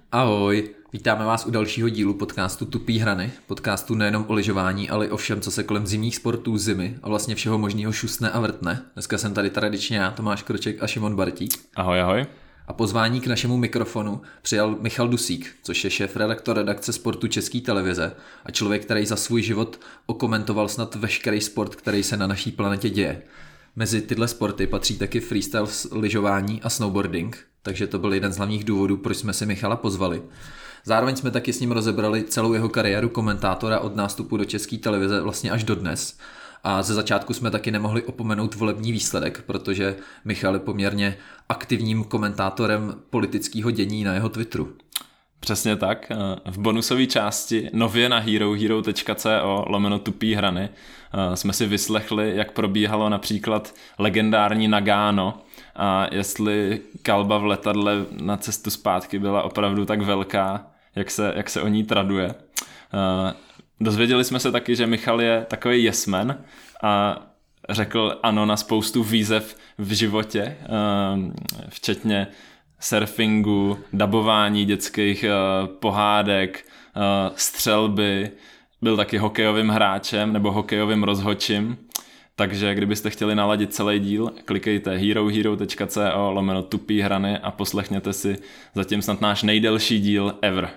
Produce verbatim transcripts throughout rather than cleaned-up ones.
Ahoj, vítáme vás u dalšího dílu podcastu Tupý hrany, podcastu nejenom o lyžování, ale i o všem, co se kolem zimních sportů, zimy a vlastně všeho možného šustne a vrtne. Dneska jsem tady tradičně já, Tomáš Kroček a Šimon Bartík. Ahoj, ahoj. A pozvání k našemu mikrofonu přijal Michal Dusík, což je šéf-redaktor redakce sportu České televize a člověk, který za svůj život okomentoval snad veškerý sport, který se na naší planetě děje. Mezi tyhle sporty patří taky freestyle, lyžování a snowboarding, takže to byl jeden z hlavních důvodů, proč jsme si Michala pozvali. Zároveň jsme taky s ním rozebrali celou jeho kariéru komentátora od nástupu do České televize vlastně až do dnes. A ze začátku jsme taky nemohli opomenout volební výsledek, protože Michal je poměrně aktivním komentátorem politického dění na jeho Twitteru. Přesně tak. V bonusové části nově na herohero tečka co lomeno tupý hrany jsme si vyslechli, jak probíhalo například legendární Nagano a jestli kalba v letadle na cestu zpátky byla opravdu tak velká, jak se, jak se o ní traduje. Dozvěděli jsme se taky, že Michal je takový yesman a řekl ano na spoustu výzev v životě, včetně surfingu, dabování dětských pohádek, střelby, byl taky hokejovým hráčem nebo hokejovým rozhodčím, takže kdybyste chtěli naladit celý díl, klikejte herohero tečka co lomeno tupý hrany a poslechněte si zatím snad náš nejdelší díl ever.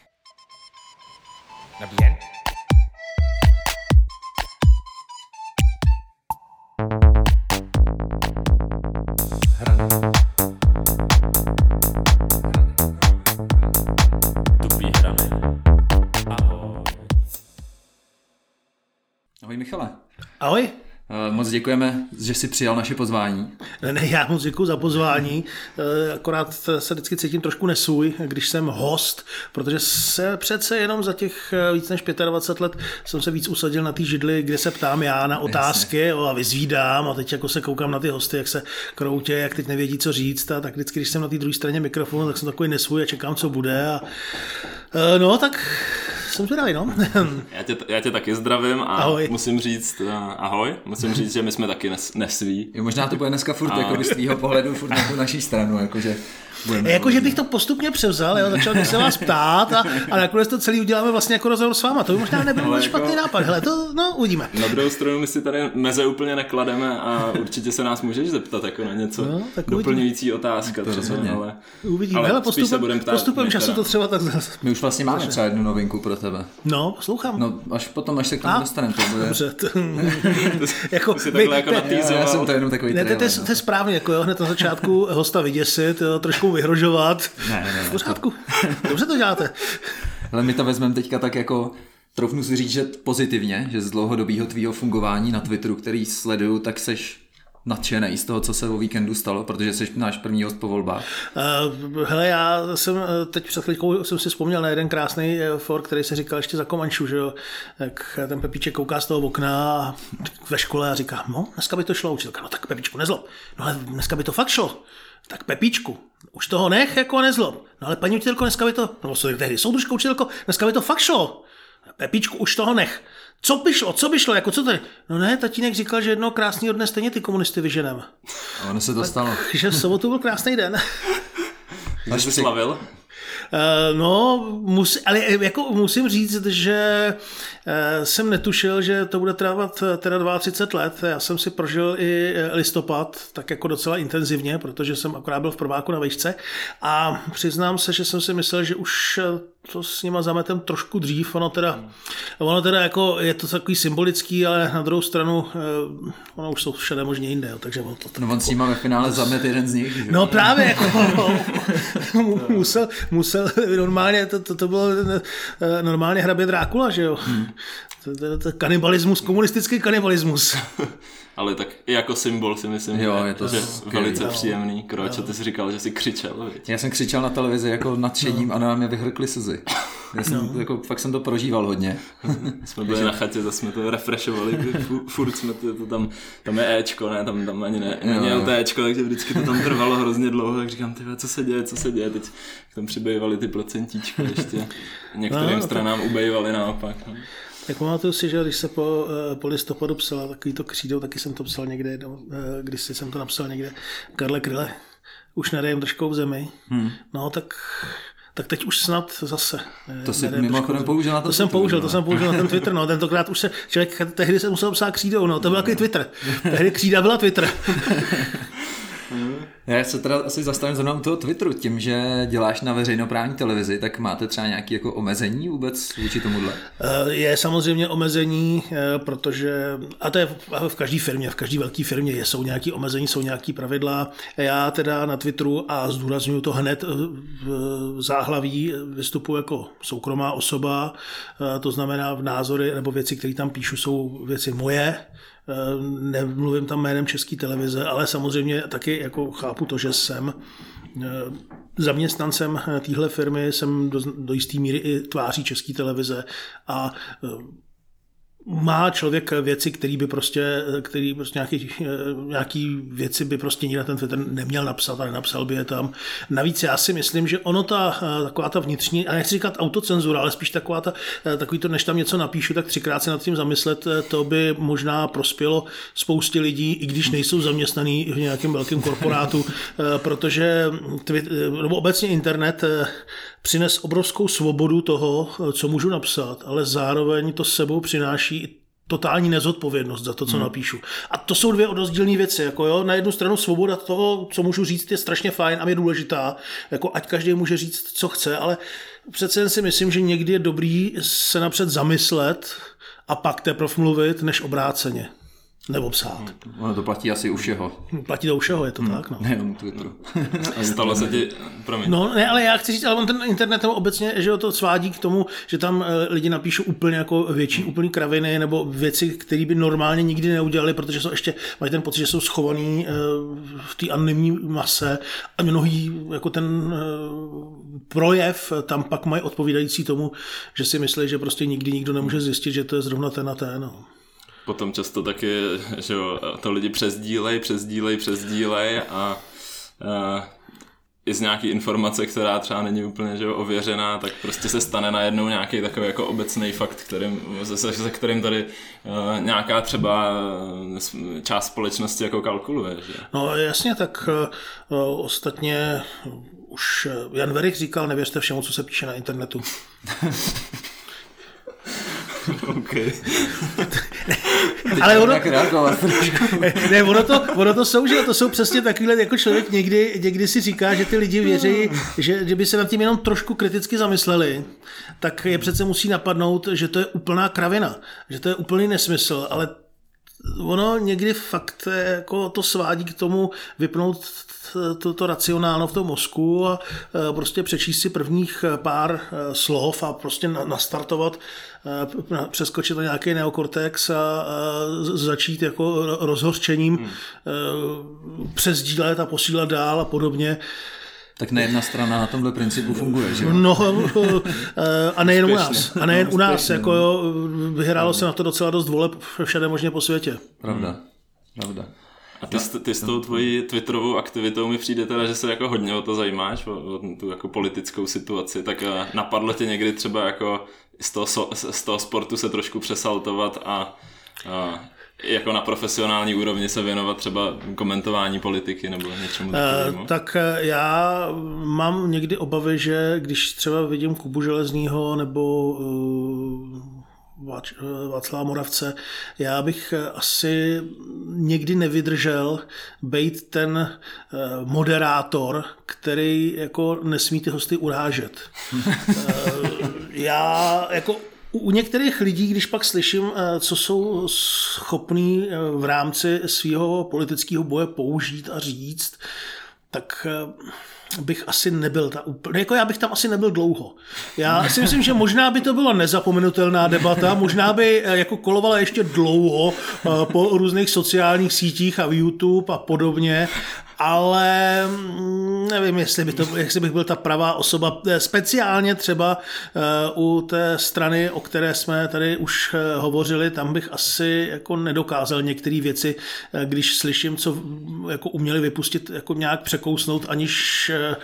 Bien. Ahoj Michale. Ahoj. Moc děkujeme, že jsi přijal naše pozvání. Ne, já moc děkuji za pozvání, akorát se vždycky cítím trošku nesvůj, když jsem host, protože se přece jenom za těch víc než dvacet pět let jsem se víc usadil na té židli, kde se ptám já na otázky jo, a vyzvídám a teď jako se koukám na ty hosty, jak se kroutě, jak teď nevědí, co říct a tak vždycky, když jsem na té druhé straně mikrofonu, tak jsem takový nesvůj a čekám, co bude a no tak jsem zvědavý, no. já, tě, já tě taky zdravím a ahoj. musím říct uh, ahoj, musím říct, že my jsme taky nes, nesví. Jo, možná to bude dneska furt a... jako z tvýho pohledu furt na tu naší stranu, jakože Jakože bych to postupně převzal, jo, začal bych se vás ptát a, a nakonec to celý uděláme vlastně jako rozhovor s váma. To by možná nebyl jako... špatný nápad, hele, to no, uvidíme. Na druhou stranu my si tady meze úplně neklademe a určitě se nás můžeš zeptat jako na něco no, doplňující otázka. To rozhodně. Ale, uvidíme, ale hele, postupem, postupem času teda. to třeba tak... My už vlastně máme třeba jednu novinku pro tebe. No, poslouchám. No, až potom, až se k tomu dostaneme, to bude... Dobře. To... jako, jsi takhle jako natýzoval. Já jsem to jenom takový ne, to, to je správně, jako jo, hned na začátku hosta vyděsit, jo, trošku vyhrožovat. Ne, ne, ne. V pořádku. Dobře to děláte. Ale my to vezmeme teďka tak jako, troufnu si říct, že pozitivně, že z dlouhodobého tvýho fungování na Twitteru, který sleduju, tak seš nadšenej z toho, co se o víkendu stalo, protože jsi náš první host po volbách. Uh, hele, já jsem teď před chvíľkou jsem si vzpomněl na jeden krásný for, který se říkal ještě za Komančů, že jo, jak ten Pepíček kouká z toho okna ve škole a říká, no, dneska by to šlo, učitelka, no tak Pepíčku nezlob, no ale dneska by to fakt šlo. Tak Pepíčku, už toho nech, jako nezlob. No ale paní učitelko, dneska by to, no tehdy soudružko učitelko, dneska by to fakt šlo. Pepíčku, už toho nech. Co by šlo, co by šlo, jako co tady? No ne, tatínek říkal, že jednoho krásného dne stejně ty komunisty vyženeme. A ono se to stalo. Takže v sobotu byl krásný den. Takže jsi slavil? Uh, no, musí, ale jako musím říct, že uh, jsem netušil, že to bude trvat teda třicet dva let. Já jsem si prožil i listopad tak jako docela intenzivně, protože jsem akorát byl v prváku na vejšce a přiznám se, že jsem si myslel, že už to s nima zametem trošku dřív. Ono teda, ono teda jako je to takový symbolický, ale na druhou stranu uh, ono už jsou všade možně jinde. Jo, takže on to no on s nima ve finále zamet jeden z nich. Že? No právě jako musel, musel normálně, to, to, to bylo normálně hrabě Drákula, že jo. Hmm. To, to, to kanibalismus, komunistický kanibalismus. Ale tak i jako symbol si myslím, jo, že je to že velice jo. příjemný. Kroč, ty jsi říkal, že jsi křičel. Viď? Já jsem křičel na televizi jako nadšením no. a na mě vyhrkly slzy. Já jsem, no. jako, fakt jsem to prožíval hodně. Jsme byli na chatě, zase jsme to refreshovali, furt jsme to, to tam, tam je Ečko, ne, tam, tam ani ne, není L T Čko, takže vždycky to tam trvalo hrozně dlouho, tak říkám, tyhle, co se děje, co se děje, teď tam přibývaly ty procentíčka ještě, některým no, stranám tak... ubejvaly naopak. No. Tak pamatuju si, že když se po, po listopadu psala takový to křídou, taky jsem to psal někde, když jsem to napsal někde, Karle Kryle, už nedejím držkou v zemi. Hmm. No tak Tak teď už snad zase. To si mimochodem použil na to. To jsem použil, to jsem použil na ten Twitter, no. Tentokrát už se, člověk, tehdy se musel psát křídou, no. To byl takový Twitter. Tehdy křída byla Twitter. Já se teda asi zastavím zrovna u toho Twitteru. Tím, že děláš na veřejnoprávní televizi, tak máte třeba nějaké jako omezení vůbec vůči tomuhle? Je samozřejmě omezení, protože, a to je v každé firmě, v každé velké firmě jsou nějaké omezení, jsou nějaké pravidla. Já teda na Twitteru, a zdůraznuju to hned v záhlaví, vystupuji jako soukromá osoba, to znamená v názory nebo věci, které tam píšu, jsou věci moje. Nemluvím tam jménem České televize, ale samozřejmě taky jako chápu to, že jsem zaměstnancem téhle firmy, jsem do, do jisté míry i tváří České televize a má člověk věci, který by prostě, který prostě nějaký, nějaký věci by prostě nikdy na ten Twitter neměl napsat a nenapsal by je tam. Navíc já si myslím, že ono ta taková ta vnitřní, a nechci říkat autocenzura, ale spíš taková ta, takový to, než tam něco napíšu, tak třikrát se nad tím zamyslet, to by možná prospělo spoustě lidí, i když nejsou zaměstnaný v nějakém velkém korporátu, protože nebo obecně internet přines obrovskou svobodu toho, co můžu napsat, ale zároveň to s sebou přináší i totální nezodpovědnost za to, co hmm. napíšu. A to jsou dvě rozdílné věci. Jako jo, na jednu stranu svoboda toho, co můžu říct, je strašně fajn a je důležitá. Jako ať každý může říct, co chce, ale přece jen si myslím, že někdy je dobrý se napřed zamyslet a pak teprve mluvit, než obráceně. Nebo psát. Ono to platí asi u všeho. Platí to u všeho, je to hmm. tak. No. Nejenom u Twitteru. Stalo se ti, promiň. No ne, ale já chci říct, ale on ten internet obecně, že to svádí k tomu, že tam lidi napíšou úplně jako větší, hmm. úplný kraviny nebo věci, které by normálně nikdy neudělali, protože jsou ještě, mají ten pocit, že jsou schovaný v té anonymní mase a mnohý jako ten projev tam pak mají odpovídající tomu, že si myslí, že prostě nikdy nikdo nemůže zjistit, že to je zrovna ten a ten. No. Potom často taky, že jo, to lidi přesdílej, přesdílej, přesdílej a, a i z nějaký informace, která třeba není úplně, že jo, ověřená, tak prostě se stane najednou nějaký takový jako obecný fakt, kterým, se, se kterým tady uh, nějaká třeba část společnosti jako kalkuluje. Že? No jasně, tak uh, ostatně už Jan Werich říkal, nevěřte všemu, co se píše na internetu. Okay. Ale ono, ne, ono, to, ono to jsou, že to jsou přesně takovýhle, jako člověk někdy, někdy si říká, že ty lidi věří, že, že by se nad tím jenom trošku kriticky zamysleli, tak je přece musí napadnout, že to je úplná kravina, že to je úplný nesmysl, ale ono někdy fakt jako to svádí k tomu vypnout to, to racionálno v tom mozku a prostě přečíst si prvních pár slov a prostě nastartovat, přeskočit na nějaký neokortex a začít jako rozhořčením hmm. přesdílet a posílat dál a podobně. Tak nejedna strana na tomhle principu funguje, že jo? No, a nejen u nás. A nejen u nás. Jako jo, vyhrálo se na to docela dost voleb všade možně po světě. Pravda, pravda. A ty, ty s tou tvojí twitterovou aktivitou mi přijde teda, že se jako hodně o to zajímáš, o, o tu jako politickou situaci, tak napadlo tě někdy třeba jako z toho, z toho sportu se trošku přesaltovat a, a jako na profesionální úrovni se věnovat třeba komentování politiky nebo něčemu takovému? Tak já mám někdy obavy, že když třeba vidím Kubu Železnýho nebo Václava Moravce, já bych asi někdy nevydržel být ten moderátor, který jako nesmí ty hosty urážet. Já jako u některých lidí, když pak slyším, co jsou schopní v rámci svého politického boje použít a říct, tak bych asi nebyl ta úplně, jako já bych tam asi nebyl dlouho. Já si myslím, že možná by to byla nezapomenutelná debata, možná by jako kolovala ještě dlouho po různých sociálních sítích a v YouTube a podobně, ale nevím, jestli, by to, jestli bych byl ta pravá osoba, speciálně třeba u té strany, o které jsme tady už hovořili, tam bych asi jako nedokázal některé věci, když slyším, co jako uměli vypustit, jako nějak překousnout, aniž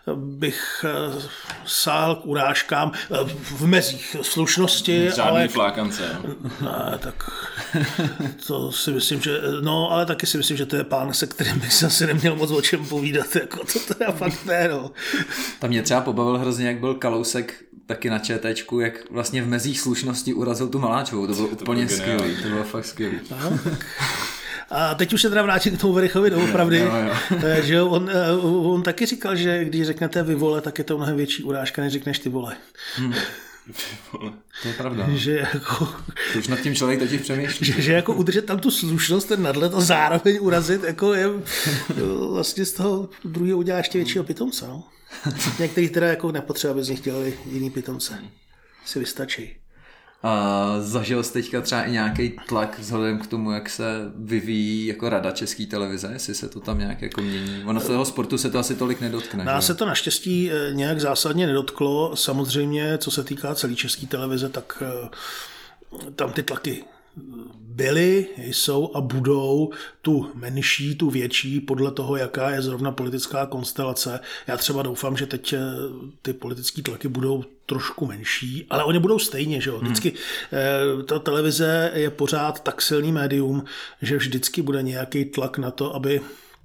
bych sáhl k urážkám v mezích slušnosti. Žádný ale... flákance. Ne, tak to si myslím, že no, ale taky si myslím, že to je pán, se kterým bych se asi neměl moc o čem povídat, jako to teda fakt ne, no. Tam mě třeba pobavil hrozně, jak byl Kalousek taky na ČTčku, jak vlastně v mezích slušnosti urazil tu Maláčovou, to bylo to úplně skvělý, to bylo fakt skvělý. Aha, tak. A teď už se teda vrátím k tomu Verichovi doopravdy, no, jo. že on, on taky říkal, že když řeknete vy vole, tak je to mnohem větší urážka, než řekneš ty vole. Hmm. To je pravda. Že jako, to už nad tím člověk totiž přemýšlí. Že, že jako udržet tam tu slušnost, ten nadhled a zároveň urazit, jako je vlastně z toho druhého udělá ještě většího pitomce. No? Některý teda jako nepotřeba, aby z nich dělali jiný pitomce. Si vystačí. A zažil jsi teďka třeba i nějaký tlak vzhledem k tomu, jak se vyvíjí jako rada České televize, jestli se to tam nějak jako mění? Ono z toho sportu se to asi tolik nedotkne. Nás se to naštěstí nějak zásadně nedotklo. Samozřejmě, co se týká celé České televize, tak tam ty tlaky byly, jsou a budou, tu menší, tu větší, podle toho, jaká je zrovna politická konstelace. Já třeba doufám, že teď ty politické tlaky budou trošku menší, ale oni budou stejně, že jo. Vždycky hmm. ta televize je pořád tak silný médium, že vždycky bude nějaký tlak na to, aby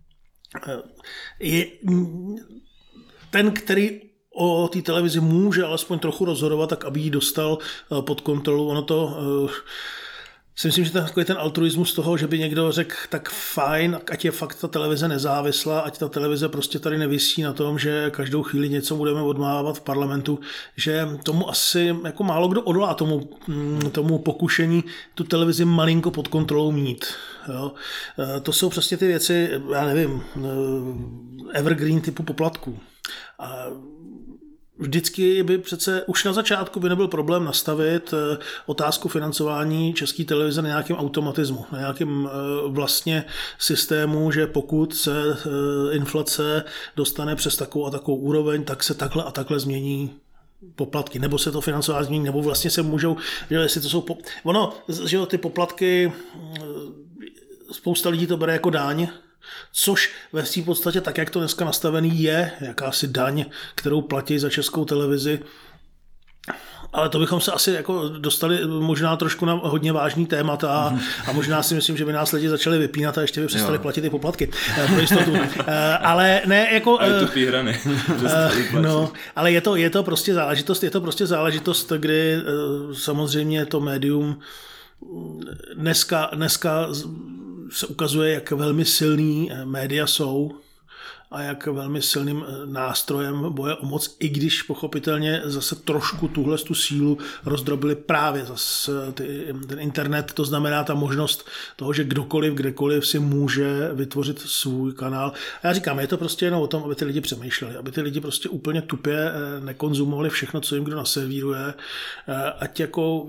je ten, který o té televizi může alespoň trochu rozhodovat, tak aby ji dostal pod kontrolu. Ono to si myslím, že to je takový ten altruismus toho, že by někdo řekl, tak fajn, ať je fakt ta televize nezávislá, ať ta televize prostě tady nevisí na tom, že každou chvíli něco budeme odmávat v parlamentu, že tomu asi jako málo kdo odolá tomu, tomu pokušení tu televizi malinko pod kontrolou mít. Jo. To jsou přesně ty věci, já nevím, evergreen typu poplatků. A vždycky by přece už na začátku by nebyl problém nastavit otázku financování České televize na nějakém automatismu, na nějakém vlastně systému, že pokud se inflace dostane přes takovou a takovou úroveň, tak se takhle a takhle změní poplatky, nebo se to financování změní, nebo vlastně se můžou, že jestli to jsou, po... ono, že ty poplatky, spousta lidí to bere jako daň, což ve v podstatě tak, jak to dneska nastavený je, jakási daň, kterou platí za Českou televizi. Ale to bychom se asi jako dostali možná trošku na hodně vážný témata mm. a možná si myslím, že by nás lidi začali vypínat a ještě by přestali jo. platit ty poplatky pro jistotu. Ale ne jako... A tupý hrany. No, ale je to, je to prostě záležitost, je to prostě záležitost, kdy samozřejmě to médium dneska, dneska se ukazuje, jak velmi silný média jsou a jak velmi silným nástrojem boje o moc, i když pochopitelně zase trošku tuhle tu sílu rozdrobili právě zase ty, ten internet, to znamená ta možnost toho, že kdokoliv, kdekoliv si může vytvořit svůj kanál. A já říkám, je to prostě jenom o tom, aby ty lidi přemýšleli, aby ty lidi prostě úplně tupě nekonzumovali všechno, co jim kdo naservíruje, ať jako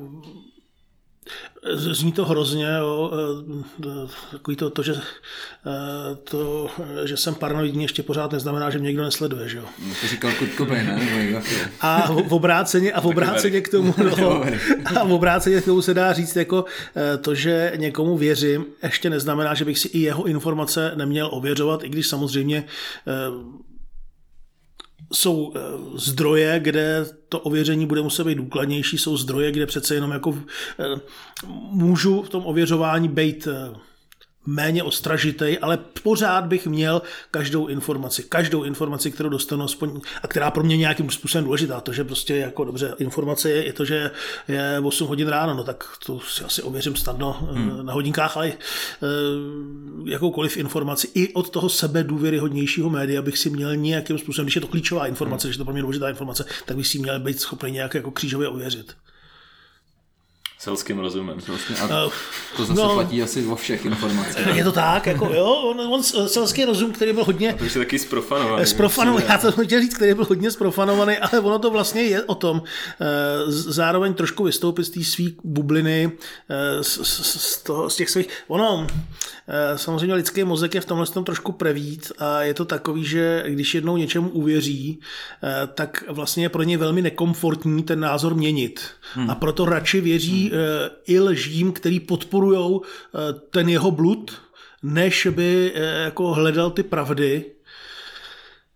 zní to hrozně, jo, takový to, to, že, to, že jsem paranoidní, ještě pořád neznamená, že mě někdo nesleduje, že jo. To říkal Kurt Cobain, ne? A v obráceně, a v obráceně k tomu, no, a v obráceně k tomu se dá říct, jako to, že někomu věřím, ještě neznamená, že bych si i jeho informace neměl ověřovat, i když samozřejmě jsou zdroje, kde to ověření bude muset být důkladnější, jsou zdroje, kde přece jenom jako můžu v tom ověřování být méně ostražitej, ale pořád bych měl každou informaci, každou informaci, kterou dostanu aspoň, a která pro mě nějakým způsobem důležitá, to, že prostě jako dobře informace je, je to, že je osm hodin ráno, no tak to si asi ověřím snadno hmm. na hodinkách, ale jakoukoliv informaci i od toho sebe důvěryhodnějšího média bych si měl nějakým způsobem, když je to klíčová informace, hmm. když je to pro mě důležitá informace, tak bych si měl být schopný nějak jako křížově ověřit. Selským rozumem. A to zase no, platí asi o všech informacích. Je to tak, jako jo, on, on selský rozum, který byl hodně... A to už je taky zprofanovaný. Zprofanovaný, já to chtěl říct, který byl hodně zprofanovaný, ale ono to vlastně je o tom zároveň trošku vystoupit z té svý bubliny, z, z, z, toho, z těch svých... Ono, samozřejmě lidský mozek je v tomhle tom trošku prevíc a je to takový, že když jednou něčemu uvěří, tak vlastně je pro něj velmi nekomfortní ten názor měnit. Hmm. A proto radši věří i lžím, který podporujou ten jeho blud, než by jako hledal ty pravdy.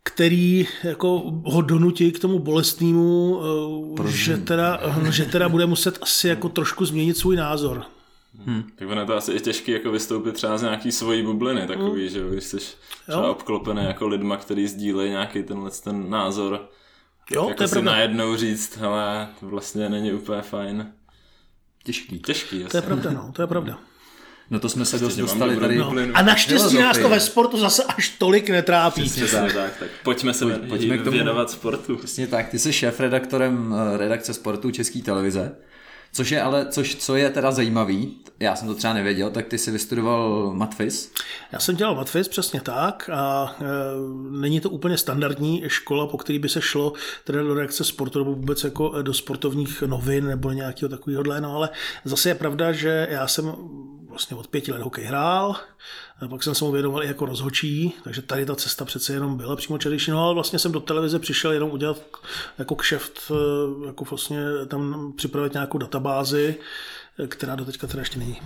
který jako ho donutí k tomu bolestnému, že teda, že teda bude muset asi jako trošku změnit svůj názor. Hmm. Tak ono je to asi i těžké jako vystoupit třeba z nějaký svojí bubliny takový, hmm. že když jsi třeba obklopený jako lidma, který sdílejí nějaký tenhle ten názor. Jo, jako to je si pravda. Najednou říct, hele, to vlastně není úplně fajn. Těžký. Těžký, jasně. To je pravda, no, to je pravda. No to jsme se dost dostali tady. No. A naštěstí nás to ve sportu zase až tolik netrápí. Přesně tak, tak, tak pojďme se Pojď, pojďme k tomu věnovat sportu. Přesně tak, ty jsi šéfredaktorem redakce sportu České televize, což je ale, což, co je teda zajímavý, já jsem to třeba nevěděl, tak ty jsi vystudoval matfis. Já jsem dělal matfis, přesně tak, a e, není to úplně standardní škola, po který by se šlo teda do redakce sportu nebo vůbec jako do sportovních novin nebo nějakého takového, no ale zase je pravda, že já jsem vlastně od pěti let hokej hrál, a pak jsem se mu věnoval i jako rozhodčí, takže tady ta cesta přece jenom byla přímo čerejší, no ale vlastně jsem do televize přišel jenom udělat jako kšeft, jako vlastně tam připravit nějakou databázi, která do teďka teda ještě není.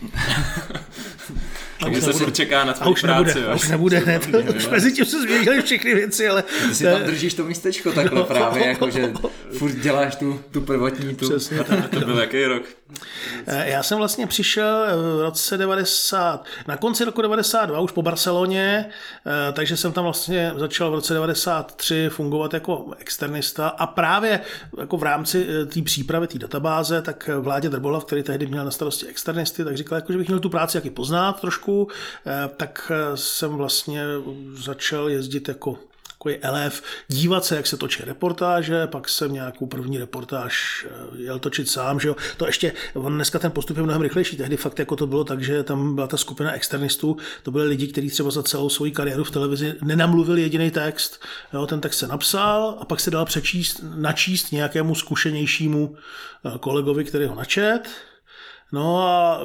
Takže se furt čeká na tvou práci. A už nebude, ne, to, už mezi tím se změnily všechny věci, ale... Ty si tam držíš to místečko takhle no, právě, jako že furt děláš tu, tu prvotní, tu... Přesně tak. To byl jaký rok? Já jsem vlastně přišel v roce devadesát, na konci roku devadesát dva, už po Barceloně, takže jsem tam vlastně začal v roce devadesát tři fungovat jako externista a právě jako v rámci té přípravy té databáze, tak Vládě Drbohlav, který tehdy měl na starosti externisty, tak říkal, jako, že bych měl tu práci jaký poznat trošku, tak jsem vlastně začal jezdit jako takový elef, dívat se, jak se točí reportáže, pak jsem nějakou první reportáž jel točit sám, že jo. To ještě, on dneska ten postup je mnohem rychlejší, tehdy fakt jako to bylo tak, že tam byla ta skupina externistů, to byly lidi, kteří třeba za celou svou kariéru v televizi nenamluvili jediný text, jo, ten text se napsal a pak se dal přečíst, načíst nějakému zkušenějšímu kolegovi, který ho načet. No a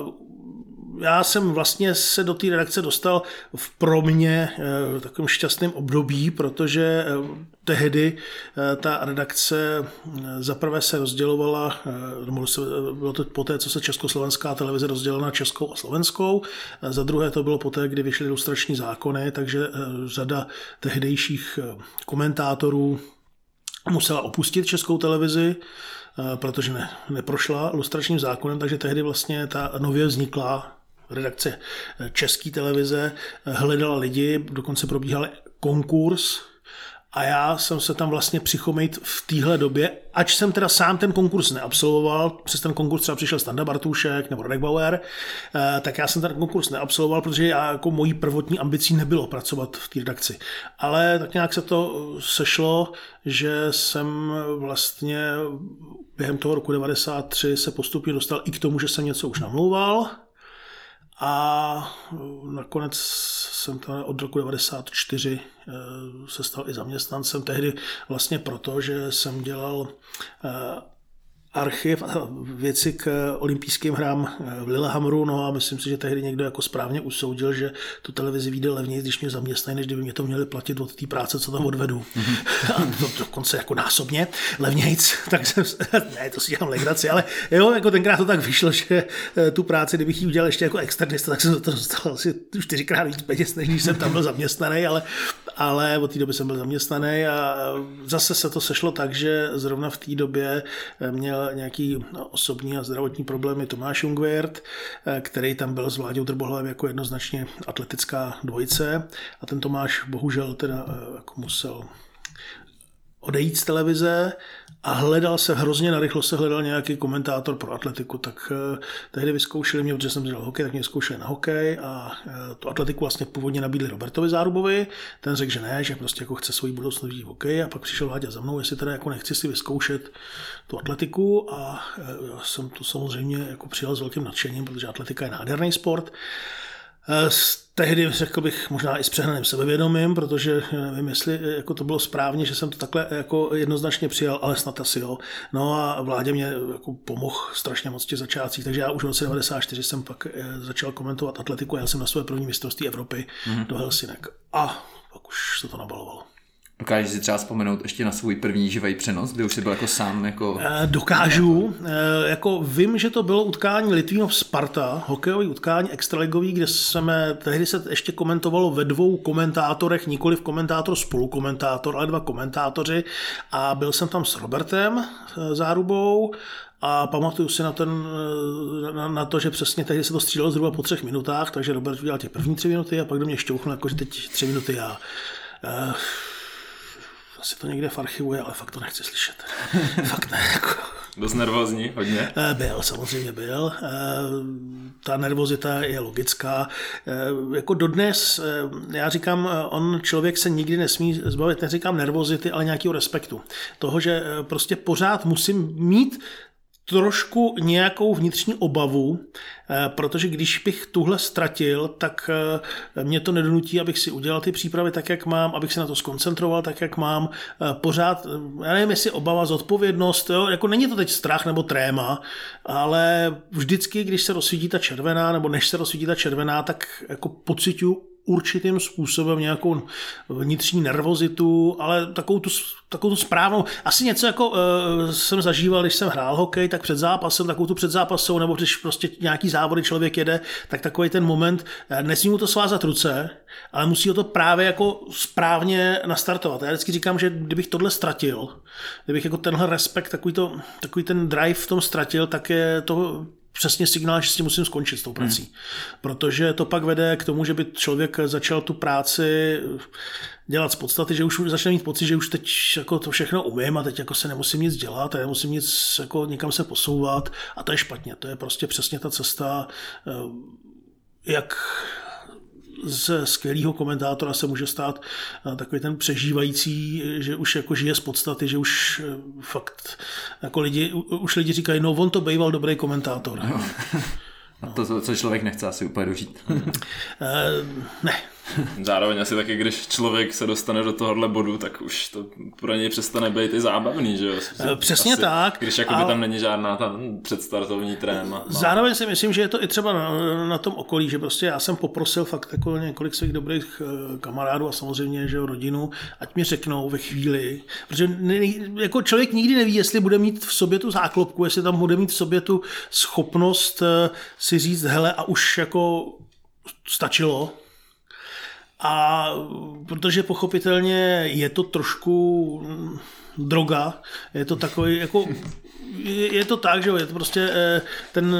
já jsem vlastně se do té redakce dostal v pro mě v takovém šťastném období, protože tehdy ta redakce zaprvé se rozdělovala, bylo to poté, co se československá televize rozdělila na českou a slovenskou, za druhé to bylo poté, kdy vyšly lustrační zákony, takže řada tehdejších komentátorů musela opustit českou televizi, protože ne, neprošla lustračním zákonem, takže tehdy vlastně ta nově vzniklá redakce České televize hledala lidi, dokonce probíhal konkurs a já jsem se tam vlastně přichomejt v téhle době, ač jsem teda sám ten konkurs neabsolvoval, přes ten konkurs třeba přišel Standa Bartušek nebo Radek Bauer, tak já jsem ten konkurs neabsolvoval, protože já jako mojí prvotní ambicí nebylo pracovat v té redakci. Ale tak nějak se to sešlo, že jsem vlastně během toho roku devadesát tři se postupně dostal i k tomu, že jsem něco už namlouval. A nakonec jsem tam od roku devadesát čtyři se stal i zaměstnancem, tehdy vlastně proto, že jsem dělal archiv a věci k olympijským hrám v Lillehammeru, no a myslím si, že tehdy někdo jako správně usoudil, že tu televizi vyjde levněji, když mě zaměstnají, než kdyby mě to měli platit od té práce, co tam odvedu. A to dokonce jako násobně levnějc, tak jsem, ne, to si dělám legraci, ale jo, jako tenkrát to tak vyšlo, že tu práci, kdybych ji udělal ještě jako externista, tak jsem za to dostal asi čtyřikrát víc peněz, než jsem tam byl zaměstnaný, ale, ale od té doby jsem byl zaměstnaný a zase se to sešlo tak, že zrovna v té době měl nějaký osobní a zdravotní problémy Tomáš Jungwirth, který tam byl s Vláďou Drbohlavem jako jednoznačně atletická dvojice a ten Tomáš bohužel teda jako musel odejít z televize a hledal se, hrozně narychlo se hledal nějaký komentátor pro atletiku, tak tehdy vyzkoušeli mě, protože jsem dělal hokej, tak mě vyzkoušeli na hokej a tu atletiku vlastně původně nabídli Robertovi Zárubovi, ten řekl, že ne, že prostě jako chce svoji budoucnost v hokeji a pak přišel Vláďa za mnou, jestli teda jako nechci si vyzkoušet tu atletiku a já jsem to samozřejmě jako přijal s velkým nadšením, protože atletika je nádherný sport. Tehdy řekl bych možná i s přehnaným sebevědomím, protože nevím, jestli jako to bylo správně, že jsem to takhle jako jednoznačně přijal, ale snad asi jo. No a Vládě mě jako pomohl strašně moc těch začátcích, takže já už v roce devadesát čtyři jsem pak začal komentovat atletiku a jel jsem na své první mistrovství Evropy mm-hmm. do Helsinek. A pak už se to nabalovalo. Dokážeš si třeba vzpomenout ještě na svůj první živý přenos, kde už jsi byl jako sám? Jako... Dokážu. Jako vím, že to bylo utkání Litvínov Sparta, hokejový utkání extraligový, kde jsme, tehdy se ještě komentovalo ve dvou komentátorech, nikoliv komentátor spolukomentátor, ale dva komentátoři a byl jsem tam s Robertem Zárubou. A pamatuju si na, ten, na, na to, že přesně tehdy se to střídalo zhruba po třech minutách, takže Robert udělal těch první tři minuty a pak do mě šťouchnul, jakože teď tři minuty já. Uh, asi to někde v archivu je, ale fakt to nechci slyšet. Fakt ne. Jako. Dost nervózní, hodně? Uh, byl, samozřejmě byl. Uh, ta nervozita je logická. Uh, jako dodnes, uh, já říkám, on člověk se nikdy nesmí zbavit, neříkám nervozity, ale nějakého respektu. Toho, že uh, prostě pořád musím mít trošku nějakou vnitřní obavu, protože když bych tuhle ztratil, tak mě to nedonutí, abych si udělal ty přípravy tak, jak mám, abych se na to skoncentroval tak, jak mám. Pořád, já nevím, jestli obava, zodpovědnost, jo? Jako není to teď strach nebo tréma, ale vždycky, když se rozsvítí ta červená, nebo než se rozsvítí ta červená, tak jako pociťuji určitým způsobem nějakou vnitřní nervozitu, ale takovou tu, takovou tu správnou, asi něco jako uh, jsem zažíval, když jsem hrál hokej, tak před zápasem, takovou tu předzápasou, nebo když prostě nějaký závody člověk jede, tak takový ten moment, nesmí mu to svázat ruce, ale musí ho to právě jako správně nastartovat. Já vždycky říkám, že kdybych tohle ztratil, kdybych jako tenhle respekt, takový, to, takový ten drive v tom ztratil, tak je to přesně signál, že s tím musím skončit s tou prací. Hmm. Protože to pak vede k tomu, že by člověk začal tu práci dělat z podstaty, že už začne mít pocit, že už teď jako to všechno umím a teď jako se nemusím nic dělat a nemusím nic jako nikam se posouvat a to je špatně. To je prostě přesně ta cesta, jak z skvělého komentátora se může stát takový ten přežívající, že už jako žije z podstaty, že už fakt jako lidi, už lidi říkají, no on to býval dobrý komentátor. No. A to, co člověk nechce asi úplně dožít. uh, ne. Zároveň asi taky, když člověk se dostane do tohohle bodu, tak už to pro něj přestane být i zábavný, že jo? Přesně asi, tak. Když jakoby a... tam není žádná ta předstartovní tréma. Zároveň si myslím, že je to i třeba na, na tom okolí, že prostě já jsem poprosil fakt jako několik svých dobrých kamarádů a samozřejmě, že jo, rodinu, ať mi řeknou ve chvíli, protože ne, jako člověk nikdy neví, jestli bude mít v sobě tu záklopku, jestli tam bude mít v sobě tu schopnost si říct, hele, a už jako stačilo. A protože pochopitelně je to trošku droga, je to takový, jako, je, je to tak, že je to prostě ten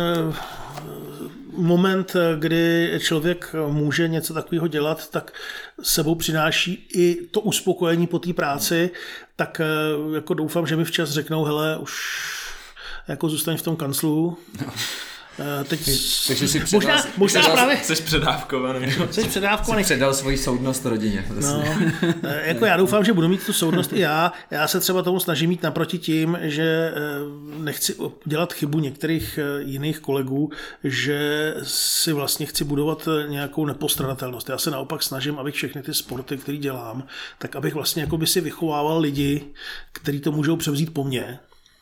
moment, kdy člověk může něco takového dělat, tak sebou přináší i to uspokojení po té práci, tak jako doufám, že mi včas řeknou, hele, už jako zůstaň v tom kanclu. Uh, teď takže si předal, možná, možná předal, právě jsi předávkovaný. Jsi předávkovaný. Jsi předal svoji soudnost rodině. No, jako já doufám, že budu mít tu soudnost i já. Já se třeba tomu snažím mít naproti tím, že nechci dělat chybu některých jiných kolegů, že si vlastně chci budovat nějakou nepostradatelnost. Já se naopak snažím, abych všechny ty sporty, které dělám, tak abych vlastně jako by si vychovával lidi, kteří to můžou převzít po mně.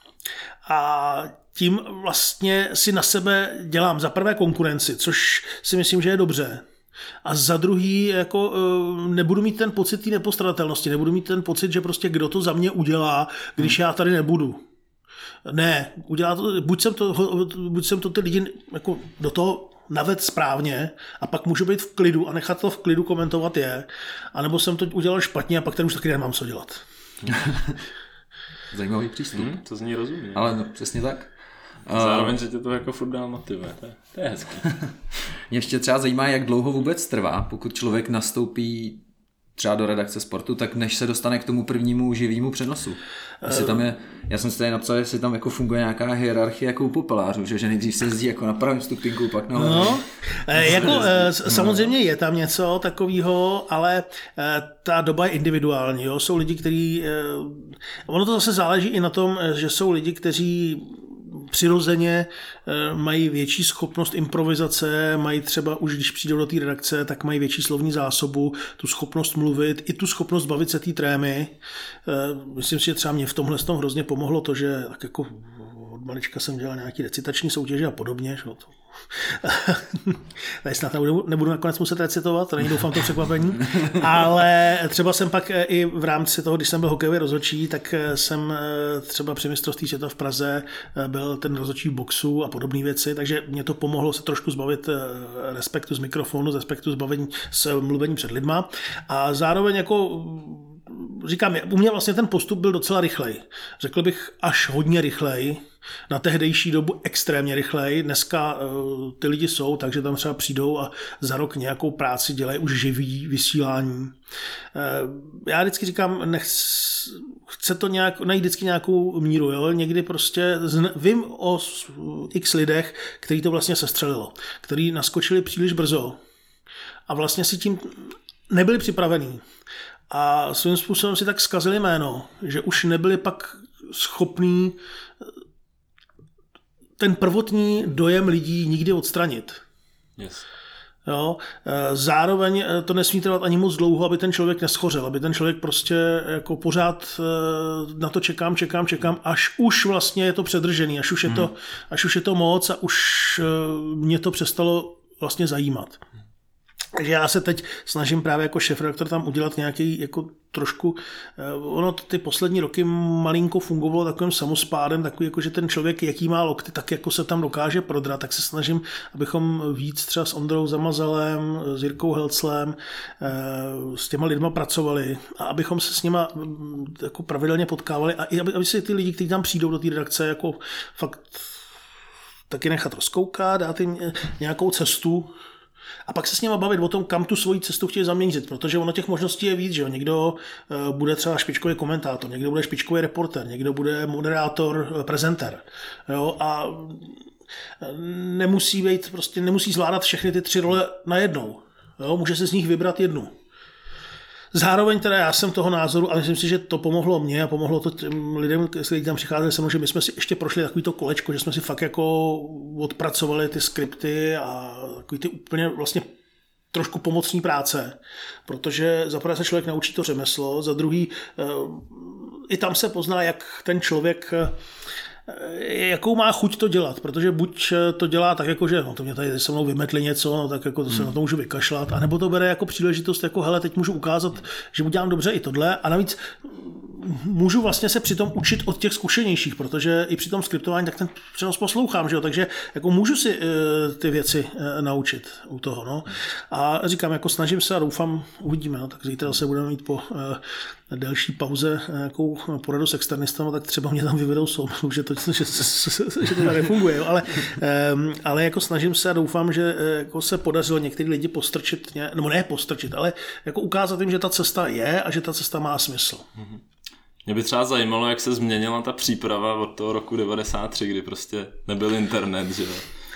A tím vlastně si na sebe dělám za prvé konkurenci, což si myslím, že je dobře. A za druhý jako nebudu mít ten pocit té nepostradatelnosti, nebudu mít ten pocit, že prostě kdo to za mě udělá, když já tady nebudu. Ne, udělá to, buď jsem to, buď jsem to ty lidi jako do toho naved správně a pak můžu být v klidu a nechat to v klidu komentovat je, anebo jsem to udělal špatně a pak tady už taky nemám co dělat. Zajímavý přístup. Hmm, to zní rozumím. Ale no, přesně tak. Zároveň, že tě to jako furt dál motivuje. To je, to je hezký. Mě ještě třeba zajímá, jak dlouho vůbec trvá, pokud člověk nastoupí třeba do redakce sportu, tak než se dostane k tomu prvnímu živému přenosu. Jestli tam je, já jsem si tady napsal, jestli tam jako funguje nějaká hierarchie jako u popelářů, že, že nejdřív se jezdí jako na pravém stupínku, pak na levém. No, jako, samozřejmě je tam něco takového, ale ta doba je individuální. Jo? Jsou lidi, kteří... Ono to zase záleží i na tom, že jsou lidi, kteří přirozeně mají větší schopnost improvizace, mají třeba už když přijdou do té redakce, tak mají větší slovní zásobu, tu schopnost mluvit, i tu schopnost bavit se té trémy. Myslím si, že třeba mě v tomhle tom hrozně pomohlo to, že tak jako od malička jsem dělal nějaký recitační soutěže a podobně, že to tady snad nebudu, nebudu nakonec muset recitovat, to není doufám to překvapení, ale třeba jsem pak i v rámci toho, když jsem byl hokejový rozhodčí, tak jsem třeba při mistrovství světa v Praze byl ten rozhodčí v boxu a podobné věci, takže mě to pomohlo se trošku zbavit respektu z mikrofonu, z respektu zbavení s mluvením před lidma a zároveň jako říkám, u mě vlastně ten postup byl docela rychlej. Řekl bych až hodně rychlej. Na tehdejší dobu extrémně rychlej. Dneska uh, ty lidi jsou, takže tam třeba přijdou a za rok nějakou práci dělají už živý vysílání. Uh, já vždycky říkám, nech, chce to nějak, najít vždycky nějakou míru. Jo? Někdy prostě zn, vím o x lidech, který to vlastně sestřelilo. Který naskočili příliš brzo a vlastně si tím nebyli připravení. A svým způsobem si tak zkazili jméno, že už nebyli pak schopní ten prvotní dojem lidí nikdy odstranit. Yes. Jo? Zároveň to nesmí trvat ani moc dlouho, aby ten člověk neschořel, aby ten člověk prostě jako pořád na to čekám, čekám, čekám, až už vlastně je to předržený, až už je to, až už je to moc a už mě to přestalo vlastně zajímat. Takže já se teď snažím právě jako šéfredaktor tam udělat nějaký jako trošku, ono ty poslední roky malinko fungovalo takovým samospádem, takový jako, že ten člověk, jaký má lokty, tak jako se tam dokáže prodrat, tak se snažím, abychom víc třeba s Ondrou Zamazalem, s Jirkou Helclem, s těma lidma pracovali a abychom se s nima jako pravidelně potkávali a i aby, aby si ty lidi, kteří tam přijdou do té redakce, jako fakt taky nechat rozkoukat, dát jim nějakou cestu, a pak se s nimi bavit o tom, kam tu svoji cestu chtějí zaměřit, protože ono těch možností je víc, že jo. Někdo bude třeba špičkový komentátor, někdo bude špičkový reporter, někdo bude moderátor, prezentér. Jo, a nemusí být, prostě nemusí zvládat všechny ty tři role najednou. Jo, může se z nich vybrat jednu. Zároveň teda já jsem toho názoru, a myslím si, že to pomohlo mně a pomohlo to těm lidem, kteří tam přicházeli se mnou, že my jsme si ještě prošli takovýto kolečko, že jsme si fakt jako odpracovali ty skripty a takový ty úplně vlastně trošku pomocní práce, protože za prvé se člověk naučí to řemeslo, za druhý i tam se pozná, jak ten člověk jakou má chuť to dělat, protože buď to dělá tak jako, že no, to mě tady se mnou vymetli něco, no, tak jako to se hmm. na to můžu vykašlat, anebo to bere jako příležitost, jako hele, teď můžu ukázat, že mu dělám dobře i tohle a navíc můžu vlastně se přitom učit od těch zkušenějších, protože i při tom skriptování tak ten přenos poslouchám, že jo, takže jako můžu si uh, ty věci uh, naučit u toho, no. A říkám, jako snažím se a doufám, uvidíme, no, tak zítra se budeme mít po uh, delší pauze nějakou poradu s externistama, tak třeba mě tam vyvedou soud, že to, že, že to nefunguje, jo. Ale, um, ale jako snažím se a doufám, že jako se podařilo některý lidi postrčit, nebo ne postrčit, ale jako ukázat jim, že ta cesta je a že ta cesta má smysl. Mm-hmm. Mě by třeba zajímalo, jak se změnila ta příprava od toho roku devadesát tři, kdy prostě nebyl internet, že jo?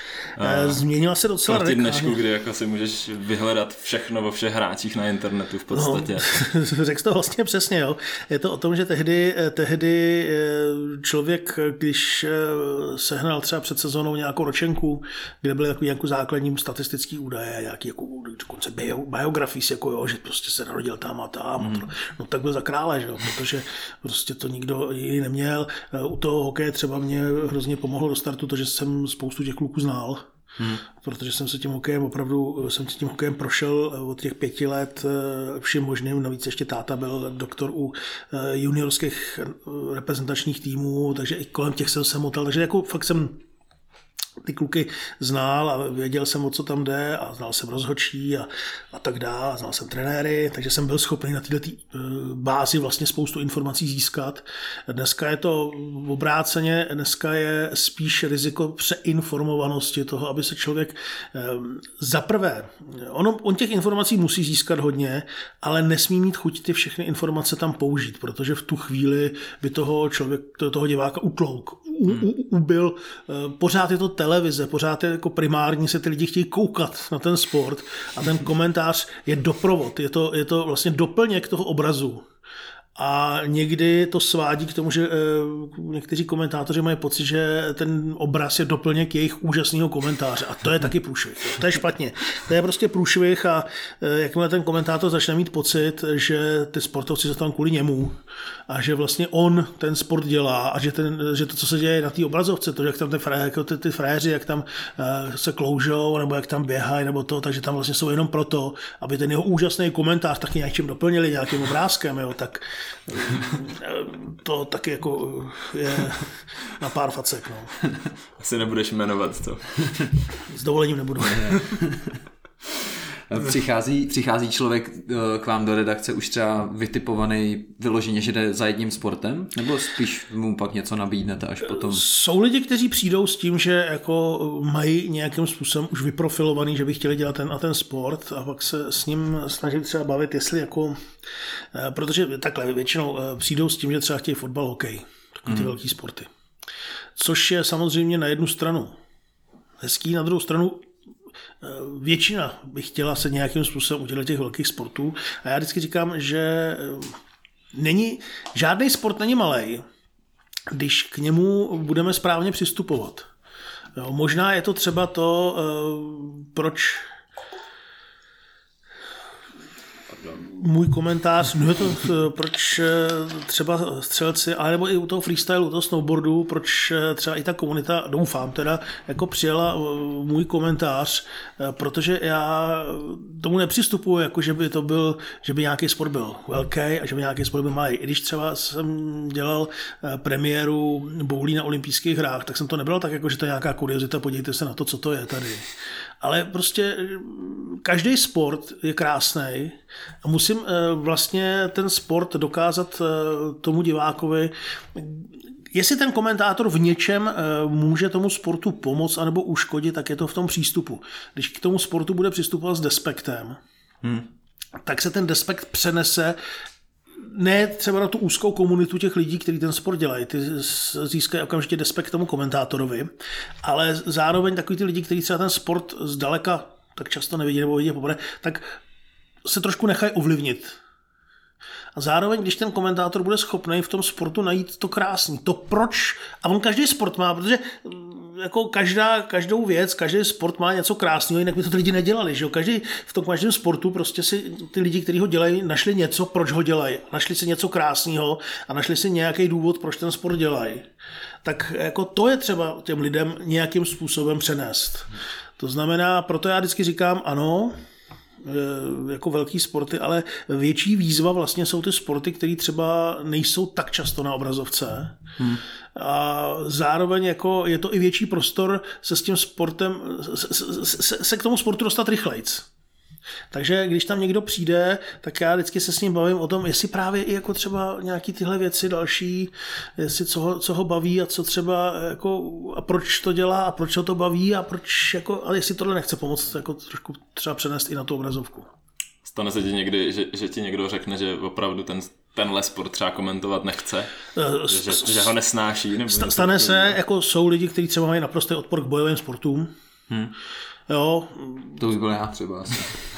Změnila se docela proti dnešku, kdy jako si můžeš vyhledat všechno o všech hráčích na internetu v podstatě. No, řekl to vlastně přesně, jo. Je to o tom, že tehdy, tehdy člověk, když sehnal třeba před sezónou nějakou ročenku, kde byly takový jako základní statistický údaje, nějaký jako dokonce bio, biografis, jako jo, že prostě se narodil tam a tam, mm. no tak byl za krále, že jo, protože prostě to nikdo jiný neměl. U toho hokeje třeba mě hrozně pomohlo do startu to, že jsem spoustu těch kluků znal. Hmm. Protože jsem se tím hokejem opravdu, jsem se tím hokejem prošel od těch pěti let vším možným, navíc ještě táta byl doktor u juniorských reprezentačních týmů, takže i kolem těch jsem se motal, takže jako fakt jsem ty kluky znal a věděl jsem, o co tam jde a znal jsem rozhodčí a, a tak dále, znal jsem trenéry, takže jsem byl schopný na této bázi vlastně spoustu informací získat. Dneska je to obráceně, dneska je spíš riziko přeinformovanosti toho, aby se člověk zaprvé, ono, on těch informací musí získat hodně, ale nesmí mít chuť ty všechny informace tam použít, protože v tu chvíli by toho člověk, toho diváka utlouk, u, u, ubil, pořád je to televize, pořád je jako primární, se ty lidi chtějí koukat na ten sport a ten komentář je doprovod, je to, je to vlastně doplněk toho obrazu. A někdy to svádí k tomu, že někteří komentátoři mají pocit, že ten obraz je doplněk jejich úžasného komentáře. A to je taky průšvih. To je špatně. To je prostě průšvih a jakmile ten komentátor začne mít pocit, že ty sportovci jsou tam kvůli němu a že vlastně on ten sport dělá a že, ten, že to, co se děje na té obrazovce, to, jak tam ty, fré, jako ty, ty fréři, jak tam se kloužou nebo jak tam běhají nebo to, takže tam vlastně jsou jenom proto, aby ten jeho úžasný komentář taky nějakým doplnili, nějakým obrázkem, jo, tak to taky jako je na pár facek. No. Asi nebudeš jmenovat to. S dovolením nebudu. Přichází, přichází člověk k vám do redakce už třeba vytipovaný vyloženě, že jde za jedním sportem? Nebo spíš mu pak něco nabídnete až potom? Jsou lidi, kteří přijdou s tím, že jako mají nějakým způsobem už vyprofilovaný, že by chtěli dělat ten a ten sport a pak se s ním snaží třeba bavit, jestli jako, protože takhle většinou přijdou s tím, že třeba chtějí fotbal, hokej, takový ty hmm. velký sporty. Což je samozřejmě na jednu stranu hezký, na druhou stranu většina by chtěla se nějakým způsobem udělat těch velkých sportů a já vždycky říkám, že není, žádný sport není malej, když k němu budeme správně přistupovat. Jo, možná je to třeba to, proč můj komentář, no je to, proč třeba střelci, ale nebo i u toho freestylu, u toho snowboardu, proč třeba i ta komunita, doufám teda, jako přijela můj komentář, protože já tomu nepřistupuji, jako že by to byl, že by nějaký sport byl velký a že by nějaký sport byl malý. I když třeba jsem dělal premiéru boulí na olympijských hrách, tak jsem to nebral tak, jako že to je nějaká kuriozita, podívejte se na to, co to je tady. Ale prostě každý sport je krásný a musím vlastně ten sport dokázat tomu divákovi, jestli ten komentátor v něčem může tomu sportu pomoct anebo uškodit, tak je to v tom přístupu. Když k tomu sportu bude přistupovat s despektem, hmm. tak se ten despekt přenese ne třeba na tu úzkou komunitu těch lidí, kteří ten sport dělají, ty získají okamžitě despekt tomu komentátorovi, ale zároveň takový ty lidi, kteří třeba ten sport zdaleka tak často nevidí nebo vidí poprvé, tak se trošku nechají ovlivnit. A zároveň, když ten komentátor bude schopný v tom sportu najít to krásný, to proč, a on každý sport má, protože jako každá, každou věc, každý sport má něco krásného, jinak by to ty lidi nedělali. Že jo? Každý, v tom každém sportu prostě si ty lidi, kteří ho dělají, našli něco, proč ho dělají. Našli si něco krásného a našli si nějaký důvod, proč ten sport dělají. Tak jako to je třeba těm lidem nějakým způsobem přenést. To znamená, proto já vždycky říkám, ano, jako velký sporty, ale větší výzva vlastně jsou ty sporty, které třeba nejsou tak často na obrazovce. Hmm. A zároveň jako je to i větší prostor se s tím sportem, se, se, se k tomu sportu dostat rychlejc. Takže když tam někdo přijde, tak já vždycky se s ním bavím o tom, jestli právě i jako třeba nějaký tyhle věci další, jestli co ho, co ho baví a co třeba jako, a proč to dělá a proč ho to baví a proč jako, ale jestli tohle nechce pomoct jako trošku třeba přenést i na tu obrazovku. Stane se ti někdy, že, že ti někdo řekne, že opravdu ten, tenhle sport třeba komentovat nechce? Že, že, že ho nesnáší? Nebo stane se, jako jsou lidi, kteří třeba mají naprostý odpor k bojovým sportům. Hmm. Jo. To už byl já třeba asi.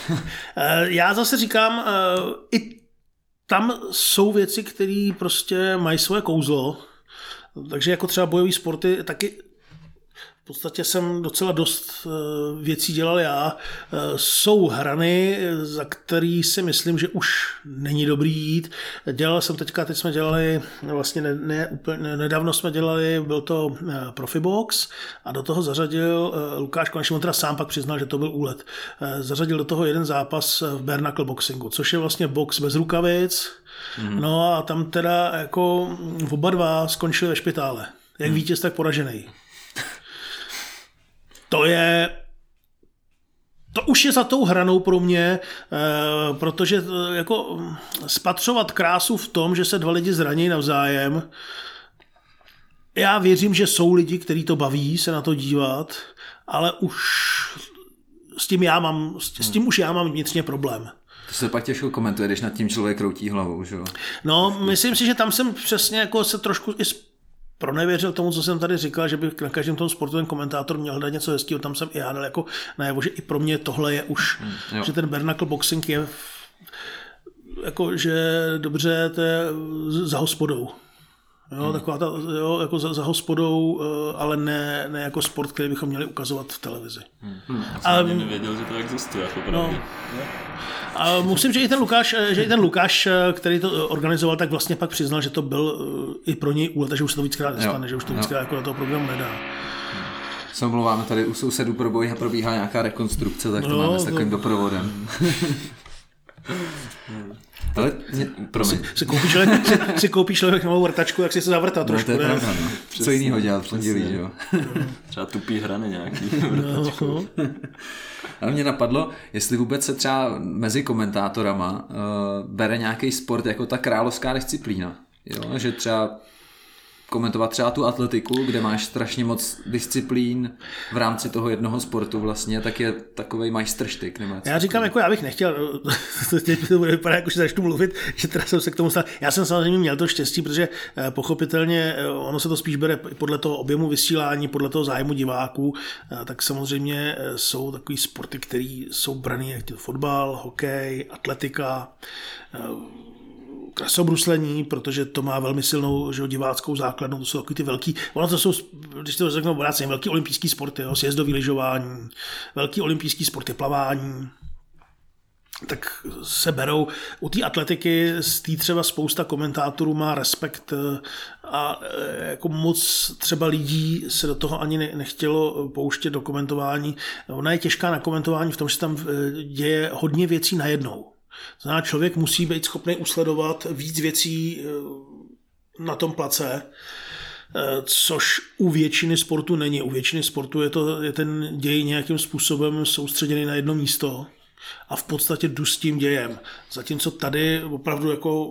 Já zase říkám, i tam jsou věci, které prostě mají svoje kouzlo, takže jako třeba bojové sporty taky v podstatě jsem docela dost věcí dělal já. Jsou hrany, za který si myslím, že už není dobrý jít. Dělal jsem teďka, teď jsme dělali, vlastně ne, ne, úplně, nedávno jsme dělali, byl to Profibox a do toho zařadil Lukáš Konečný, on teda sám pak přiznal, že to byl úlet. Zařadil do toho jeden zápas v bare knuckle boxingu, což je vlastně box bez rukavic. Mm. No a tam teda jako oba dva skončili ve špitále. Jak mm. vítěz, tak poražený. To je, to už je za tou hranou pro mě, protože jako spatřovat krásu v tom, že se dva lidi zraní navzájem, já věřím, že jsou lidi, kteří to baví se na to dívat, ale už s tím já mám, s tím už já mám vnitřně problém. To se pak těžko komentuje, když nad tím člověk kroutí hlavou, že jo? No, myslím si, že tam jsem přesně jako se trošku i pronevěřil tomu, co jsem tady říkal, že by na každém tom sportovém komentátor měl dát něco hezkého, tam jsem i já dal jako najevo, že i pro mě tohle je už, hmm, že ten bare knuckle boxing je jako, že dobře, to je za hospodou. Jo, hmm. taková ta, jo, jako za, za hospodou, ale ne, ne jako sport, který bychom měli ukazovat v televizi. Hmm. Já jsem nevěděl, že to existuje. Jako no. A musím, že i ten Lukáš, že i ten Lukáš, který to organizoval, tak vlastně pak přiznal, že to byl i pro něj úlet, že už se to víckrát nestane, že už to víckrát jako do toho programu nedá. Se omlouváme, tady u sousedů probíhá, probíhá nějaká rekonstrukce, tak to no, máme s takovým to... doprovodem. Ale mě, promiň. Si, si, koupí člověk, si, si koupí člověk novou vrtačku, jak si se zavrtá no, trošku. To je pravda, no. Co jiného dělat v pondělí, že jo? Třeba tupý hrany nějaký vrtačku. No. Ale mě napadlo, jestli vůbec se třeba mezi komentátorama uh, bere nějaký sport jako ta královská disciplína. Jo? Že třeba komentovat třeba tu atletiku, kde máš strašně moc disciplín v rámci toho jednoho sportu vlastně, tak je takovej majstrštyk. Já říkám, jako já bych nechtěl, teď to bude vypadat, jako že začnu mluvit, že teda jsem se k tomu stal. Já jsem samozřejmě měl to štěstí, protože pochopitelně ono se to spíš bere podle toho objemu vysílání, podle toho zájmu diváků, tak samozřejmě jsou takový sporty, které jsou braný, jak to fotbal, hokej, atletika, krasobruslení, protože to má velmi silnou že, diváckou základnu, to jsou takový ty velký, ono to jsou, když to řeknu obráceně, velký olympijský sporty, jo, sjezdový lyžování, velký olympijský sporty, plavání, tak se berou. U té atletiky z té třeba spousta komentátorů má respekt a jako moc třeba lidí se do toho ani nechtělo pouštět do komentování. Ona je těžká na komentování v tom, že tam děje hodně věcí najednou. Znamená, člověk musí být schopný usledovat víc věcí na tom place, což u většiny sportu není. U většiny sportu je, to, je ten děj nějakým způsobem soustředěný na jedno místo a v podstatě jdu s tím dějem. Zatímco tady opravdu jako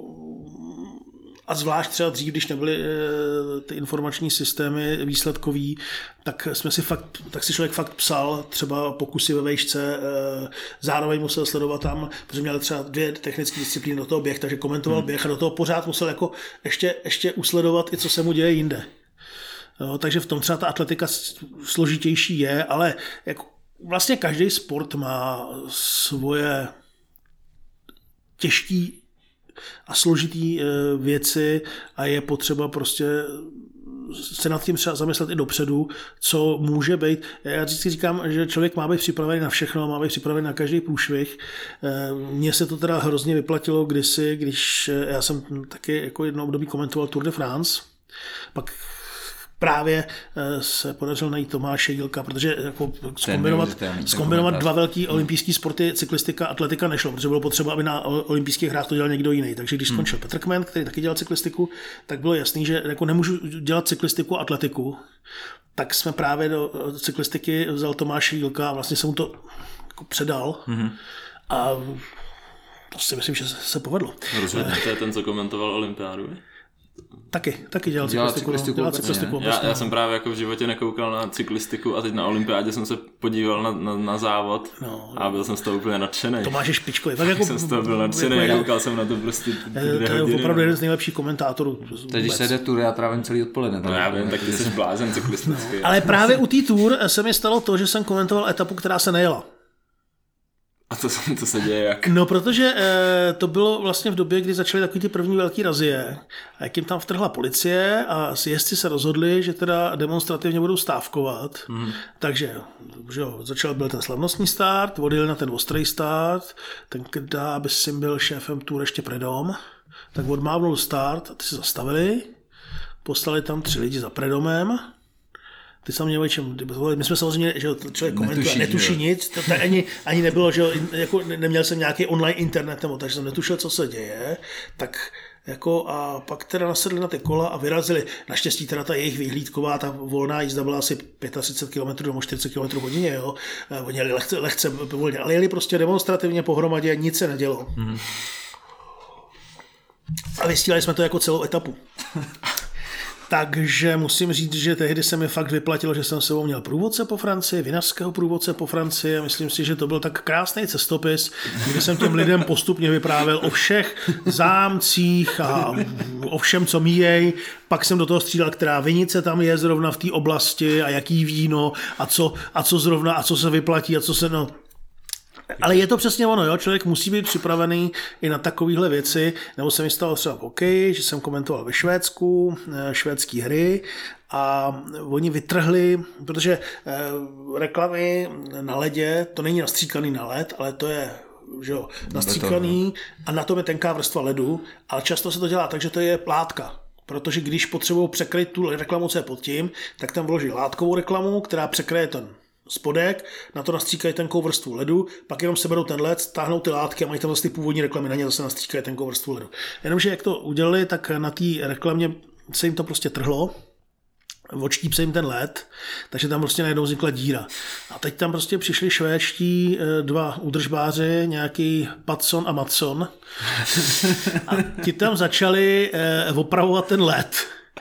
a zvlášť třeba dřív, když nebyly ty informační systémy výsledkový, tak jsme si fakt, tak si člověk fakt psal třeba pokusy ve vejšce, zároveň musel sledovat tam, protože měl třeba dvě technické disciplíny do toho běh, takže komentoval hmm. běh a do toho pořád musel jako ještě, ještě usledovat i co se mu děje jinde. Jo, takže v tom třeba ta atletika složitější je, ale jako vlastně každý sport má svoje těžký a složitý věci a je potřeba prostě se nad tím třeba zamyslet i dopředu, co může být. Já vždycky říkám, že člověk má být připravený na všechno, má být připravený na každý průšvih. Mně se to teda hrozně vyplatilo kdysi, když já jsem taky jako jedno období komentoval Tour de France, pak právě se podařilo najít Tomáše Jílka, protože jako zkombinovat, zkombinovat dva velký olympijský sporty, cyklistika, atletika nešlo, protože bylo potřeba, aby na olympijských hrách to dělal někdo jiný. Takže když skončil hmm. Petr Kmen, který taky dělal cyklistiku, tak bylo jasný, že jako nemůžu dělat cyklistiku a atletiku. Tak jsme právě do cyklistiky vzal Tomáše Jílka a vlastně jsem mu to jako předal. Hmm. A to si myslím, že se povedlo. Rozhodně, to je ten, co komentoval olympiádu. Taky, taky dělal cyklistiku. cyklistiku, dělal cyklistiku já, já jsem právě jako v životě nekoukal na cyklistiku a teď na olympiádě jsem se podíval na, na, na závod no, a byl jsem z toho úplně nadšený. Tomáš je špičkový. Tak jako, jsem z toho byl nadšený, jako, koukal jsem na to prostě dvě To je hodiny, opravdu jeden z nejlepších komentátorů. Teď když se jde Tour, já trávím celý odpoledne. No já vím, tak ty jsi blázen cyklistický. Ale právě u té Tour se mi stalo to, že jsem komentoval etapu, která se nejela. A to, to se děje jak? No, protože e, to bylo vlastně v době, kdy začaly takový ty první velký razie a jak jim tam vtrhla policie a jezdci se rozhodli, že teda demonstrativně budou stávkovat. Mm. Takže že jo, začal byl ten slavnostní start, odjeli na ten ostrý start, ten kdy by si byl šéfem Tour ještě Predom, tak odmávnul start a ty se zastavili, poslali tam tři lidi za Predomem. Ty sám měl čem, my jsme samozřejmě, že člověk komentuje a netuší nic, to tak ani, ani nebylo, že jako neměl jsem nějaký online internet, nebo takže jsem netušil, co se děje, tak jako a pak teda nasedli na ty kola a vyrazili. Naštěstí teda ta jejich vyhlídková, ta volná jízda byla asi třicet pět kilometrů nebo čtyřicet kilometrů hodině, jo. Oni jeli lehce, lehce volně, ale jeli prostě demonstrativně pohromadě, nic se nedělo. Mm. A vysílali jsme to jako celou etapu. Takže musím říct, že tehdy se mi fakt vyplatilo, že jsem s sebou měl průvodce po Francii, vinařského průvodce po Francii a myslím si, že to byl tak krásný cestopis, kdy jsem těm lidem postupně vyprávěl o všech zámcích a o všem, co míjej. Pak jsem do toho střídal, která vinice tam je zrovna v té oblasti a jaký víno a co, a co zrovna a co se vyplatí a co se no... Ale je to přesně ono, jo? Člověk musí být připravený i na takovéhle věci, nebo se mi stalo třeba v hokeji, že jsem komentoval ve Švédsku, švédský hry a oni vytrhli, protože reklamy na ledě, to není nastříkaný na led, ale to je že jo, nastříkaný a na tom je tenká vrstva ledu, ale často se to dělá tak, že to je plátka. Protože když potřebují překryt tu reklamu, co je pod tím, tak tam vloží látkovou reklamu, která překryje ten spodek, na to nastříkají tenkou vrstvu ledu, pak jenom seberou ten led, stáhnou ty látky a mají tam zase ty původní reklamy, na ně zase nastříkají tenkou vrstvu ledu. Jenomže jak to udělali, tak na té reklamě se jim to prostě trhlo, odštíp se jim ten led, takže tam prostě najednou vznikla díra. A teď tam prostě přišli švédští dva údržbáři, nějaký Patson a Matson a ti tam začali opravovat ten led.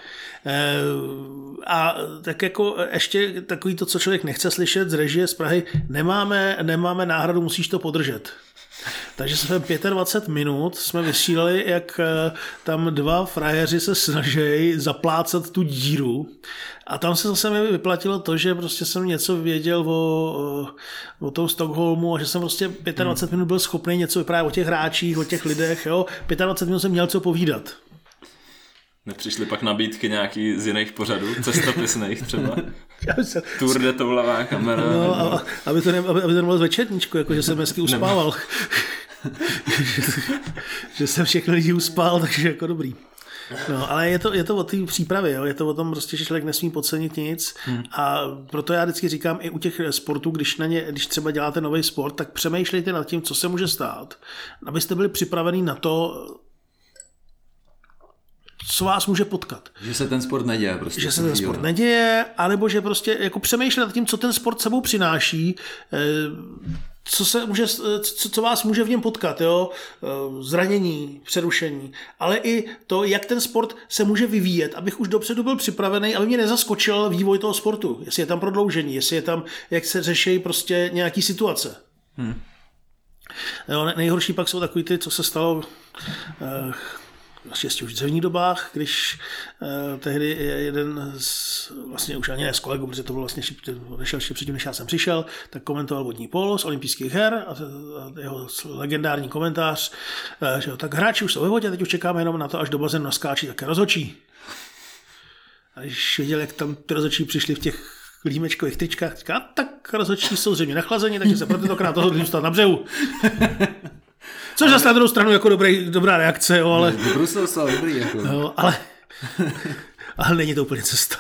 A tak jako ještě takový to, co člověk nechce slyšet z režie z Prahy, nemáme, nemáme náhradu, musíš to podržet. Takže jsme dvacet pět minut jsme vysílali, jak tam dva frajeři se snaží zaplácat tu díru a tam se zase mi vyplatilo to, že prostě jsem něco věděl o, o tom Stockholmu a že jsem prostě dvacet pět minut byl schopný něco vyprávět o těch hráčích, o těch lidech, jo. dvacet pět minut jsem měl co povídat. Nepřišly pak nabídky nějaký z jiných pořadů, cestopisných třeba? Tour de toulavá kamera. No, a, aby to, ne, aby, aby to nebylo z večerníčku, jako že jsem hezky uspával. že, že jsem všechny lidi uspal, takže jako dobrý. No, ale je to, je to o té přípravě, jo? Je to o tom prostě, že člověk nesmí podcenit nic hmm. a proto já vždycky říkám i u těch sportů, když, na ně, když třeba děláte nový sport, tak přemýšlejte nad tím, co se může stát, abyste byli připravení na to, co vás může potkat. Že se ten sport neděje. Prostě že se ten sport neděje, anebo že prostě jako přemýšlet nad tím, co ten sport sebou přináší, co, se může, co, co vás může v něm potkat, jo? Zranění, přerušení, ale i to, jak ten sport se může vyvíjet, abych už dopředu byl připravený, aby mě nezaskočil vývoj toho sportu, jestli je tam prodloužení, jestli je tam, jak se řeší prostě nějaký situace. Hmm. Jo, nejhorší pak jsou takový ty, co se stalo ještě už v dřevních dobách, když eh, tehdy jeden z, vlastně už ani ne s kolegou, protože to bylo vlastně odešel ještě předtím, než já jsem přišel, tak komentoval vodní polo z olympijských her a, a jeho legendární komentář, eh, že tak hráči už jsou ve vodě, teď už čekáme jenom na to, až do bazénu naskáčí také rozhodčí. A když viděl, jak tam ty rozhodčí přišli v těch límečkových tričkách, říká, tak rozhodčí jsou zřejmě nachlazení, takže se pro tentokrát rozhodli zůstat na břehu. Což zase na druhou stranu jako dobrý, dobrá reakce, jo, ale... Brusel stál dobrý, jako. Jo, ale... ale není to úplně cesta.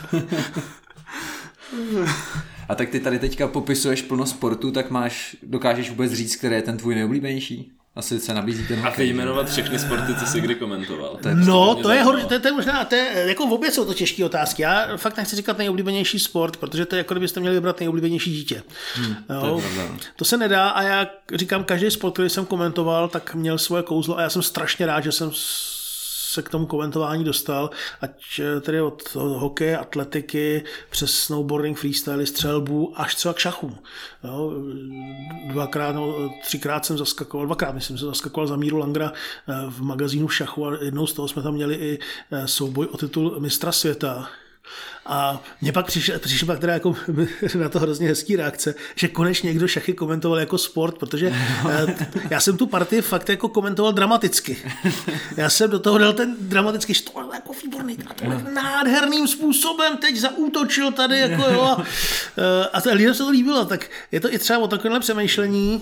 A tak ty tady teďka popisuješ plno sportu, tak máš, dokážeš vůbec říct, který je ten tvůj nejoblíbenější? Asi se nabízí ten hokej. A vyjmenovat všechny sporty, co jsi kdy komentoval. To je no, to je, hor, to, je, to je možná, to je, jako v obě jsou to těžké otázky. Já fakt nechci říkat nejoblíbenější sport, protože to je jako kdybyste měli vybrat nejoblíbenější dítě. Hmm, to, to se nedá a já říkám, každý sport, který jsem komentoval, tak měl svoje kouzlo a já jsem strašně rád, že jsem se k tomu komentování dostal, ať tedy od hokeje, atletiky, přes snowboarding, freestyle, střelbu, až třeba k šachům. Jo, dvakrát, no, třikrát jsem zaskakoval, dvakrát myslím, jsem zaskakoval za Míru Langra v magazínu šachu a jednou z toho jsme tam měli i souboj o titul mistra světa. A mě pak přišel, přišel pak teda jako na to hrozně hezký reakce, že konečně někdo šachy komentoval jako sport, protože já jsem tu partii fakt jako komentoval dramaticky. Já jsem do toho dal ten dramatický, že to je jako výborný, a to nádherným způsobem teď zaútočil tady, jako jo. A, a to lidem se to líbilo, tak je to i třeba o takovéhle přemýšlení.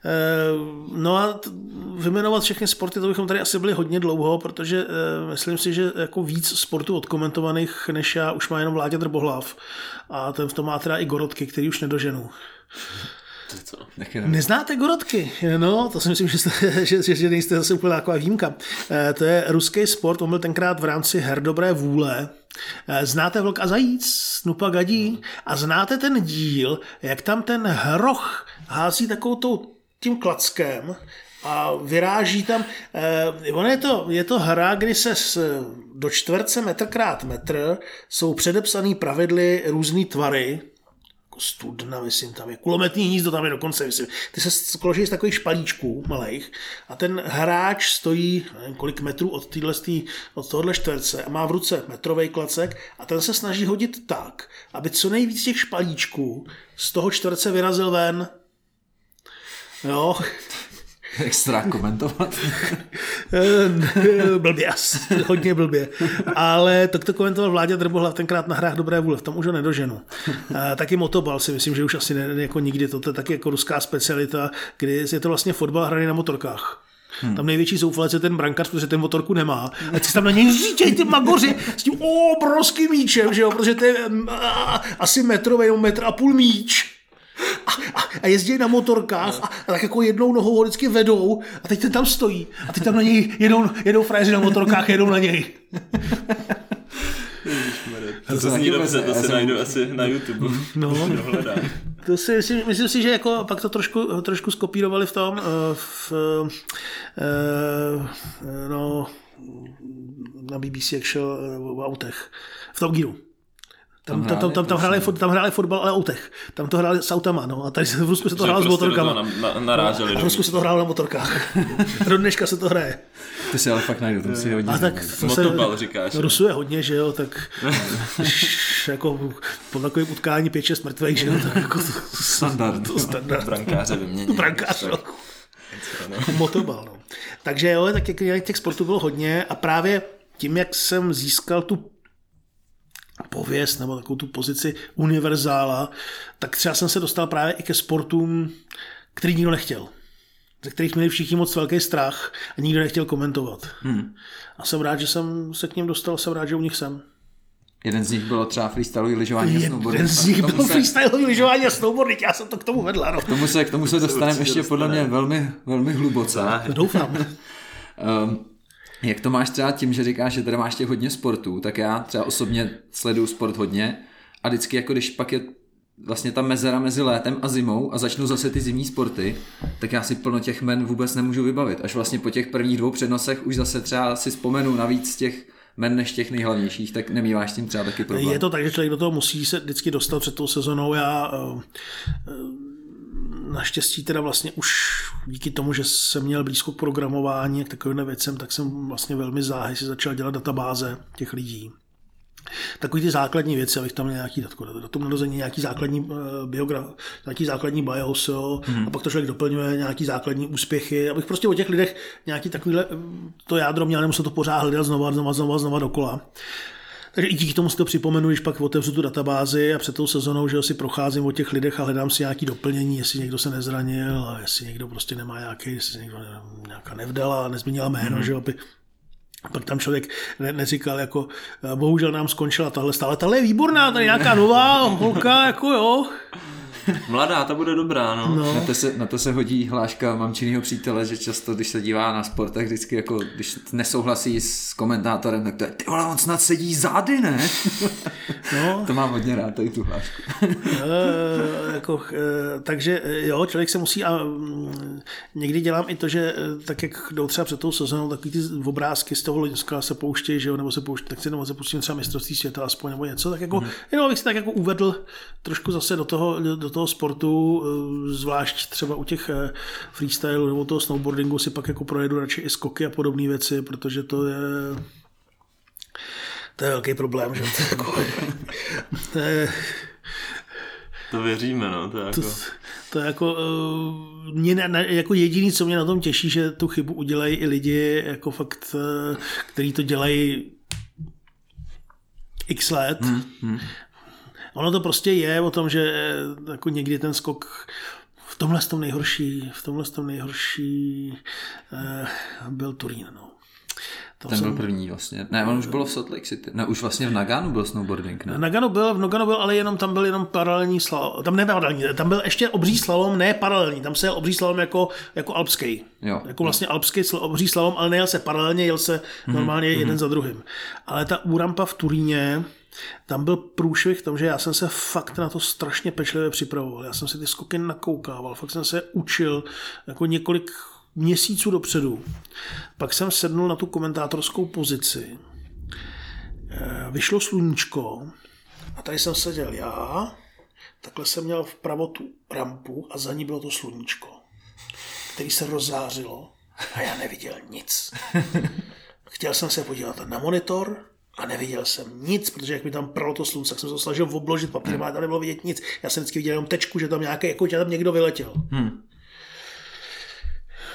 No a vyjmenovat všechny sporty, to bychom tady asi byli hodně dlouho, protože myslím si, že jako víc sportů odkomentovaných, než já, už má jenom Vláďa Drbohlav a ten v tom má teda i Gorotky, který už nedoženou. Co? Neznáte Gorotky? No, to si myslím, že, jste, že, že nejste zase úplně taková výjimka. E, to je ruský sport, on byl tenkrát v rámci her dobré vůle. E, znáte Vlk a zajíc, Snupa Gadí a znáte ten díl, jak tam ten hroch hází takovou tou, tím klackem a vyráží tam, eh, on je to, je to hra, kdy se s, do čtverce metr krát metr jsou předepsaný pravidly různý tvary, jako studna, myslím, tam je kulometný hnízdo, tam je dokonce, myslím. Ty se skloží z takových špalíčků malých a ten hráč stojí, nevím, kolik metrů od, týhlestý, od tohohle čtverce a má v ruce metrovej klacek a ten se snaží hodit tak, aby co nejvíc těch špalíčků z toho čtverce vyrazil ven. Jo. Extra komentovat. Blbě, hodně blbě. Ale tak to komentoval Vláďa Drbohlav tenkrát na hrách dobré vůle, v tom už ho nedoženu. Taky motobal si myslím, že už asi ne, jako nikdy, to je taky jako ruská specialita, kdy je to vlastně fotbal hraný na motorkách. Hmm. Tam největší zoufalec je ten brankář, protože ten motorku nemá. A ty tam na něj říčej, ty magoři, s tím obrovským míčem, že jo, protože to je a, asi metrový, nebo metr a půl míč. A, a, a jezdí na motorkách a, a tak jako jednou nohou ho vždycky vedou a teď ten tam stojí a teď tam na něj jedou, jedou frajeři na motorkách, jedou na něj. To, to zní dobře, to si najdu asi na YouTube. No, to si, myslím, myslím si, že jako pak to trošku, trošku skopírovali v tom, v, no, na B B C, jak šel v autech, v Top Gearu. Tam, tam, tam, tam, tam, hráli, tam hráli fotbal, ale autech. Tam to hráli s autama, no. A tady v Rusku se to hrálo prostě s motorkama. Na, na, naráželi. No, a v Rusku se to hrálo na motorkách. Do dneška se to hraje. Ty si ale fakt najdu, to si hodně. A tak motobal říkáš. Rusuje hodně, že jo, tak jako po takovém utkání pět šest mrtvých, že jo, tak jako standard. To standard. Brankáře vymění. Brankář, no. Motobal, no. Takže jo, tak jak těch sportů bylo hodně a právě tím, jak jsem získal tu pověst nebo takovou tu pozici univerzála, tak třeba jsem se dostal právě i ke sportům, který nikdo nechtěl. Ze kterých měli všichni moc velký strach a nikdo nechtěl komentovat. Hmm. A jsem rád, že jsem se k ním dostal, jsem rád, že u nich jsem. Jeden z nich bylo třeba freestylový lyžování a snowboarding. Jeden z nich bylo se... freestylový lyžování a snowboarding, já jsem to k tomu vedla. No. K tomu se, k tomu se dostaneme ještě podle mě velmi, velmi hluboce. Doufám. um, Jak to máš třeba tím, že říkáš, že tady máš těch hodně sportů, tak já třeba osobně sleduju sport hodně a vždycky jako když pak je vlastně ta mezera mezi létem a zimou a začnou zase ty zimní sporty, tak já si plno těch men vůbec nemůžu vybavit. Až vlastně po těch prvních dvou přednosech už zase třeba si vzpomenu navíc těch men než těch nejhlavnějších, tak nemýváš tím třeba taky problém. Je to tak, že člověk do toho musí se vždycky dostat před tou sezonou. Já naštěstí teda vlastně už díky tomu, že jsem měl blízko k programování a k takovým věcem, tak jsem vlastně velmi záhy si začal dělat databáze těch lidí. Takový ty základní věci, abych tam měl nějaký datum narození, nějaký základní biograf, nějaký základní bios, jo, hmm. a pak to člověk doplňuje nějaký základní úspěchy, abych prostě o těch lidech nějaký takovýhle to jádro měl, nemusel to pořád hledat znova, znova, znova, znova dokola. Takže i díky tomu si to připomenu, když pak otevřu tu databázi a před tou sezónou, že si procházím o těch lidech a hledám si nějaké doplnění, jestli někdo se nezranil a jestli někdo prostě nemá nějaký, jestli někdo nějaká nevdala, nezměnila jméno, mm-hmm. že aby pak tam člověk ne, neříkal jako bohužel nám skončila tahle stále, tahle je výborná, tady nějaká nová holka, jako jo. Mladá, ta bude dobrá, no. no. Na, to se, na to se hodí hláška mamčinýho přítele, že často, když se dívá na sport, tak vždycky jako, když nesouhlasí s komentátorem, tak to je, ty vole, on snad sedí zády, ne? No. To mám hodně rád, tady tu hlášku. e, jako, e, takže jo, člověk se musí a m, někdy dělám i to, že tak jak jdou třeba před tou sezónou, takový ty obrázky z toho loňska se pouštějí, že jo, nebo se pouštějí, tak si nebo se pustím třeba mistrovství světa aspoň, nebo něco, tak jako, mm. jenom abych si tak jako uvedl trošku zase do toho, do toho sportu, zvlášť třeba u těch freestylu nebo toho snowboardingu si pak jako projedu radši i skoky a podobné věci, protože to je to je velký problém, že? To je to věříme, no. To je jako, to, to je jako, mě, jako jediný, co mě na tom těší, že tu chybu udělají i lidi, jako fakt, který to dělají x let. Hmm, hmm. Ono to prostě je o tom, že jako někdy ten skok v tomhle tom nejhorší, v tomhle tom nejhorší eh, byl Turín, no. To ten jsem... byl první vlastně. Ne, on už bylo v Salt Lake City. Ne, už vlastně v Naganu byl snowboarding, ne? Nagano byl, v Nagano byl, ale jenom tam byl jenom paralelní slalom. Tam ne paralelní, tam byl ještě obří slalom, ne paralelní. Tam se jel obří slalom jako, jako alpský. Jo. Jako vlastně alpský obří slalom, ale nejel se paralelně, jel se normálně mm-hmm. jeden za druhým. Ale ta úrampa v Turíně, tam byl průšvih v tom, že já jsem se fakt na to strašně pečlivě připravoval. Já jsem si ty skoky nakoukával, fakt jsem se učil jako několik měsíců dopředu. Pak jsem sednul na tu komentátorskou pozici. Vyšlo sluníčko a tady jsem seděl já, takhle jsem měl vpravo tu rampu a za ní bylo to sluníčko, který se rozzářilo a já neviděl nic. Chtěl jsem se podívat na monitor a neviděl jsem nic, protože jak mi tam pralo to slunce, tak jsem se snažil obložit papírem a tam nebylo vidět nic. Já jsem vždycky viděl jenom tečku, že tam nějaký, jako že tam někdo vyletěl. Hmm.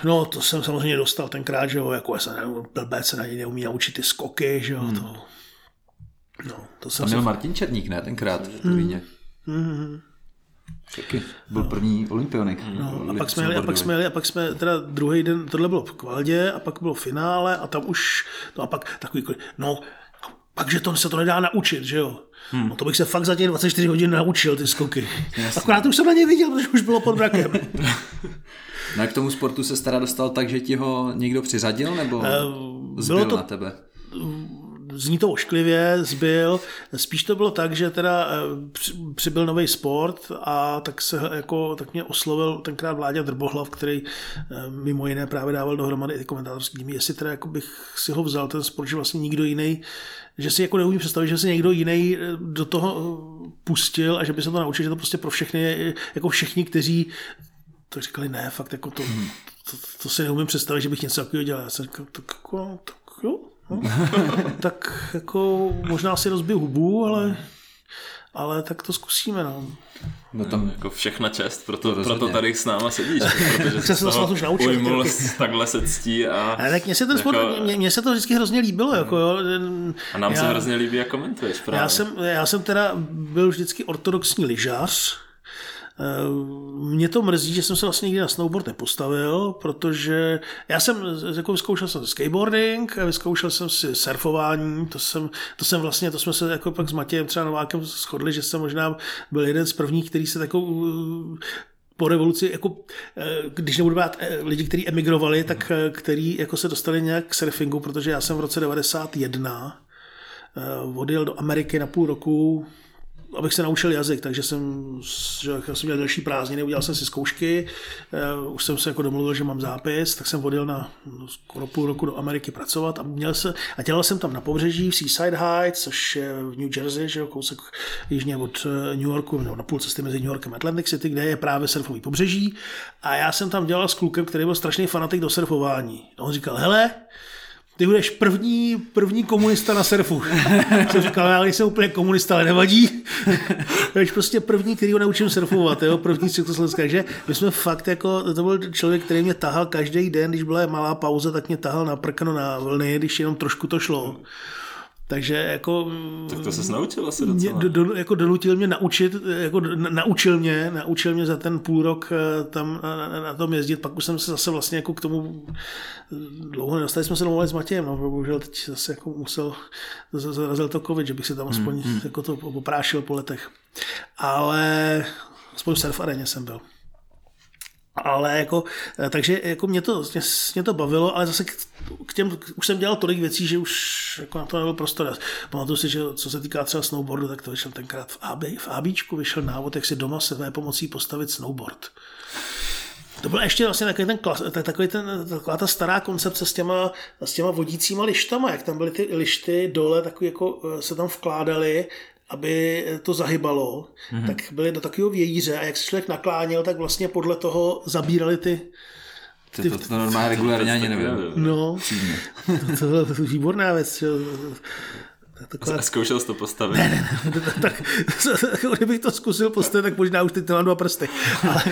No, to jsem samozřejmě dostal tenkrát, že jo, jako se blbec se na něj neumí naučit ty skoky, že jo, hmm. to... No, to jsem Tam měl se... Martin Černík, ne, tenkrát v Turíně. Hmm. Taky byl první olympionik. No, a pak jsme jeli, a pak jsme jeli, a pak jsme teda druhý den, tohle bylo v Kvaldě, a pak bylo finále, a tam už, no a pak takový, no, pak, že to se to nedá naučit, že jo. Hmm. No to bych se fakt za těch dvacet čtyři hodin naučil, ty skoky. Jasně. Akorát už jsem na ně viděl, protože už bylo pod mrakem. No a k tomu sportu se teda dostal tak, že ti ho někdo přiřadil, nebo uh, zbyl to... na tebe? Zní to ošklivě, zbyl. Spíš to bylo tak, že teda přibyl nový sport a tak se jako, tak mě oslovil tenkrát Vláďa Drbohlav, který mimo jiné právě dával dohromady i komentátorský tým, jestli teda jako bych si ho vzal ten sport, že vlastně nikdo jiný, že si jako neumím představit, že se někdo jiný do toho pustil a že by se to naučil, že to prostě pro všechny, jako všichni, kteří to říkali, ne, fakt jako to, to, to si neumím představit, že bych něco takového dělal. Já jsem říkal, tak jako, tak jo. No, tak jako možná si rozbiju hubu, ale, ale tak to zkusíme. No. No tam jako všechna čest, proto, proto tady s náma sedíš, protože se to už naučil, ujmul takhle se ctí. A ale tak mně se ten sport, jako, mě, mě se to vždycky hrozně líbilo. Jako, jo. A nám já, se hrozně líbí, jak komentuješ právě. Já jsem, já jsem teda byl vždycky ortodoxní lyžař. Mě to mrzí, že jsem se vlastně nikdy na snowboard nepostavil, protože já jsem jako vyzkoušel jsem skateboarding a vyzkoušel jsem si surfování, to jsem, to jsem vlastně, to jsme se jako pak s Matějem třeba Novákem shodli, že jsem možná byl jeden z prvních, který se takovou po revoluci, jako, když nebudu brát lidi, kteří emigrovali, tak který jako se dostali nějak k surfingu, protože já jsem v roce devadesát jedna odjel do Ameriky na půl roku, abych se naučil jazyk, takže jsem, že já jsem měl další prázdniny, udělal jsem si zkoušky, uh, už jsem se jako domluvil, že mám zápis, tak jsem odjel na no, skoro půl roku do Ameriky pracovat a měl se, a dělal jsem tam na pobřeží v Seaside Heights, což je v New Jersey, že jo, kousek jižně od New Yorku, no, na půl cesty mezi New Yorkem a Atlantic City, kde je právě surfový pobřeží, a já jsem tam dělal s klukem, který byl strašný fanatik do surfování. A on říkal, hele, ty budeš první, první komunista na surfu. Jsem říkal, já nejsem úplně komunista, ale nevadí. Budeš prostě první, který ho naučím surfovat, jo? První z Československa. Takže my jsme fakt jako, to byl člověk, který mě tahal každý den, když byla malá pauza, tak mě tahal na prkno na vlny, když jenom trošku to šlo. Takže jako... Tak to se naučil asi docela. Mě, do, jako donutil mě naučit, jako naučil mě, naučil mě za ten půl rok tam na, na, na tom jezdit, pak už jsem se zase vlastně jako k tomu dlouho nedostali, jsme se domluvili s Matějem, no, bohužel teď zase jako musel, zarazil to covid, že bych si tam aspoň hmm. jako to poprášil po letech. Ale aspoň v surf areně jsem byl. Ale jako, takže jako mě to, mě, mě to bavilo, ale zase k, k těm, už jsem dělal tolik věcí, že už jako na to nebyl prostor. Pamatuju si, že co se týká třeba snowboardu, tak to vyšel tenkrát v, AB, v ABčku, vyšel návod, jak si doma své pomocí postavit snowboard. To byl ještě vlastně takový ten, takový ten, taková ta stará koncepce s těma, s těma vodícíma lištama, jak tam byly ty lišty dole, takový jako se tam vkládaly, aby to zahybalo, mm-hmm. tak byly do takového vějíře a jak se člověk nakláněl, tak vlastně podle toho zabírali ty... ty to, to, to normálně regulárně ani nevím. No, to, to byla výborná věc. Taková... A zkoušel jsi to postavit? Ne, ne, ne, tak, kdybych to zkusil postavit, tak možná už teď to mám dva prsty. Ale,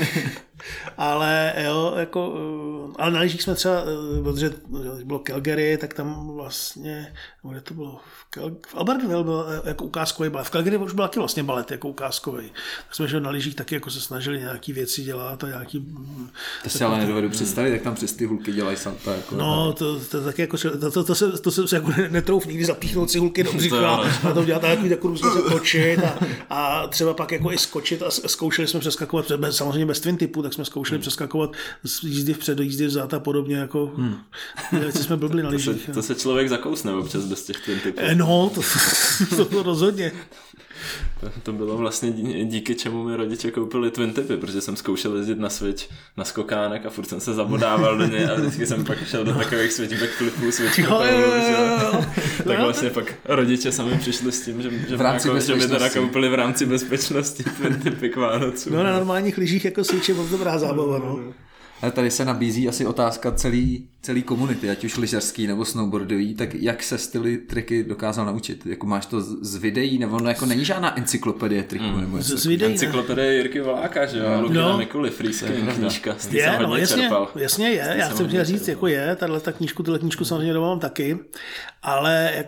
ale jo, jako, ale na lyžích jsme třeba, protože bylo Calgary, tak tam vlastně, kde to bylo, v, Cal, v Albertville byl jako ukázkový balet. V Calgary už byl taky vlastně balet jako ukázkový. Tak jsme že na lyžích taky jako se snažili nějaký věci dělat a nějaký... To si ale nedovedu představit, jak tam přes ty hulky dělají santa. Jako no, to, to, taky jako, to, to, to, se, to se jako netrouf nikdy zapíchnout si hulky do břicha a to dělat takový takovou různě se točit a, a třeba pak jako i skočit a zkoušeli jsme přeskakovat, samozřejmě bez twin typu, tak jsme zkoušeli hmm. přeskakovat z jízdy vpřed do jízdy vzad a podobně, jako hmm. věci jsme blbli na lyžích. To, to se člověk zakousne občas bez těch twin typů. No, to, to, to rozhodně. To, to bylo vlastně díky čemu mi rodiče koupili twin tipy, protože jsem zkoušel jezdit na switch, na skokánek a furt jsem se zabodával do něj a vždycky jsem pak šel do takových switch backflipů, switch kotelů. Tak vlastně pak rodiče sami přišli s tím, že, že, jako, že mi teda koupili v rámci bezpečnosti twin tipy k Vánocům. No na normálních lyžích jako switch je moc dobrá zábava, no. Ale tady se nabízí asi otázka celý, celý komunity, ať už lyžařský nebo snowboardový, tak jak se styly triky dokázal naučit? Jako máš to z videí, nebo no jako není žádná encyklopedie triků? Mm. Nebo z, z videí, encyklopedie Jirky Voláka, že jo? Lukina no. Mikuli, freescale knížka, z je, jsem no, jasně, čerpal. Jasně je, já jsem chtěl říct, jako je, tato knížku, tyhle knížku samozřejmě doma mám taky, ale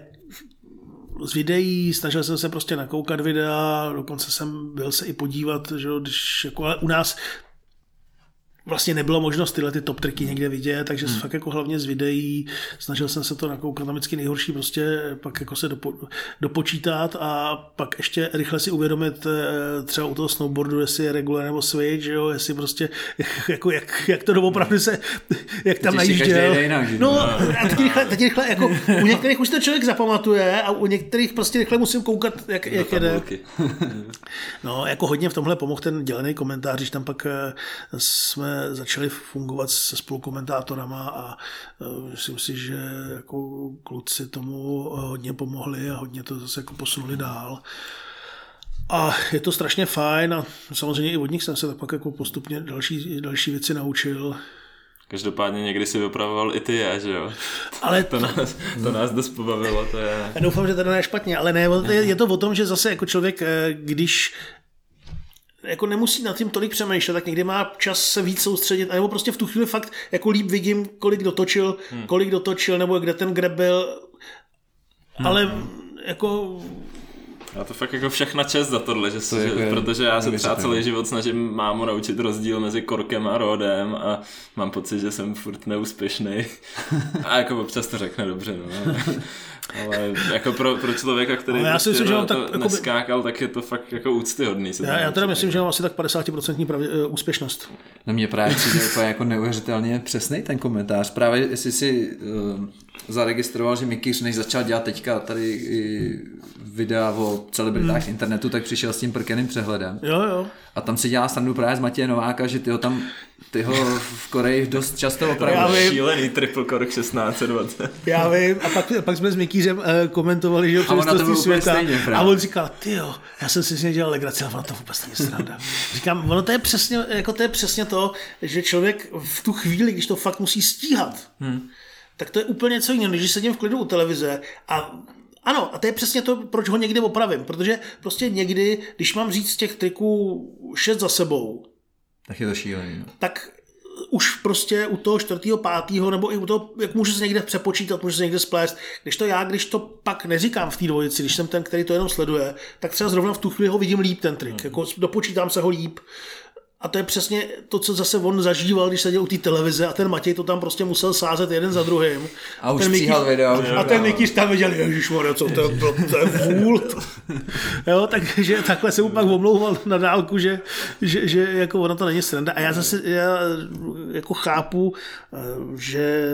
z videí snažil jsem se prostě nakoukat videa, dokonce jsem byl se i podívat, že když jako, ale u nás vlastně nebylo možnost tyhle ty top triky někde vidět, takže hmm. fakt jako hlavně z videí snažil jsem se to nakoukat, tam vždycky nejhorší prostě pak jako se dopo, dopočítat a pak ještě rychle si uvědomit třeba u toho snowboardu, jestli je regular nebo switch, jo, jestli prostě jako jak, jak to doopravdy se, jak tam najížděl. No a teď rychle, teď rychle jako u některých už to člověk zapamatuje a u některých prostě rychle musím koukat, jak, jak jede. No jako hodně v tomhle pomohl ten dělený komentář, když tam pak jsme začali fungovat se spolukomentátorama a myslím si, že jako kluci tomu hodně pomohli a hodně to zase jako posunuli dál. A je to strašně fajn a samozřejmě i od nich jsem se tak pak jako postupně další, další věci naučil. Každopádně někdy si opravoval i ty já, že jo? Ale to, nás, to nás dost pobavilo. To je... Já doufám, že to ne špatně, ale ne, je to o tom, že zase jako člověk, když jako nemusí nad tím tolik přemýšlet, tak někdy má čas se víc soustředit, anebo prostě v tu chvíli fakt jako líp vidím, kolik dotočil, hmm. kolik dotočil, nebo kde ten grab byl, hmm. ale jako... Já to fakt jako všechna čest za tohle, že to že, jako protože já se třeba celý život snažím mámu naučit rozdíl mezi korkem a rodem a mám pocit, že jsem furt neúspěšný. A jako občas to řekne dobře, no. Ale jako pro, pro člověka, který já si myslím, že mám tak, jako neskákal, tak je to fakt jako úctyhodný. Já, já teda myslím, že mám asi tak padesát procent pravdě, uh, úspěšnost. Na mě právě přijde úplně jako neuvěřitelně přesnej ten komentář. Právě jestli si uh, zaregistroval, že Mikyř, než začal dělat teďka tady i videa o celebritách hmm. internetu, tak přišel s tím prkeným přehledem. Jo, jo. A tam si dělá standu právě z Matěje Nováka, že ty ho tam ty ho v Koreji dost často opravuješ. Šílený triple cork šestnáct dvacet. Já vím. A pak, pak jsme s Mikýřem uh, komentovali, že jo, přemystelství světa. Stejně, a on říkal, tyjo, já jsem si s ním dělal legraci, ale ono to vůbec není sranda. Říkám, ono to je přesně, jako to je přesně to, že člověk v tu chvíli, když to fakt musí stíhat, hmm. tak to je úplně něco jiného, když sedím v klidu u televize a ano, a to je přesně to, proč ho někdy opravím, protože prostě někdy, když mám říct z těch triků šest za sebou, tak je to šílený. No. Tak už prostě u toho čtvrtého, pátého, nebo i u toho, jak můžu se někde přepočítat, můžu se někde splést. Když to já, když to pak neříkám v té dvojici, když jsem ten, který to jenom sleduje, tak třeba zrovna v tu chvíli ho vidím líp ten trik. Mm. Jako dopočítám se ho líp. A to je přesně to, co zase on zažíval, když seděl u té televize a ten Matěj to tam prostě musel sázet jeden za druhým. A už stříhal video. A ten Mikýř tam viděl, ježišmarja, co to je, to je vůl. Jo, takže takhle se mu pak omlouval na dálku, že, že, že jako ono to není sranda. A já zase já jako chápu, že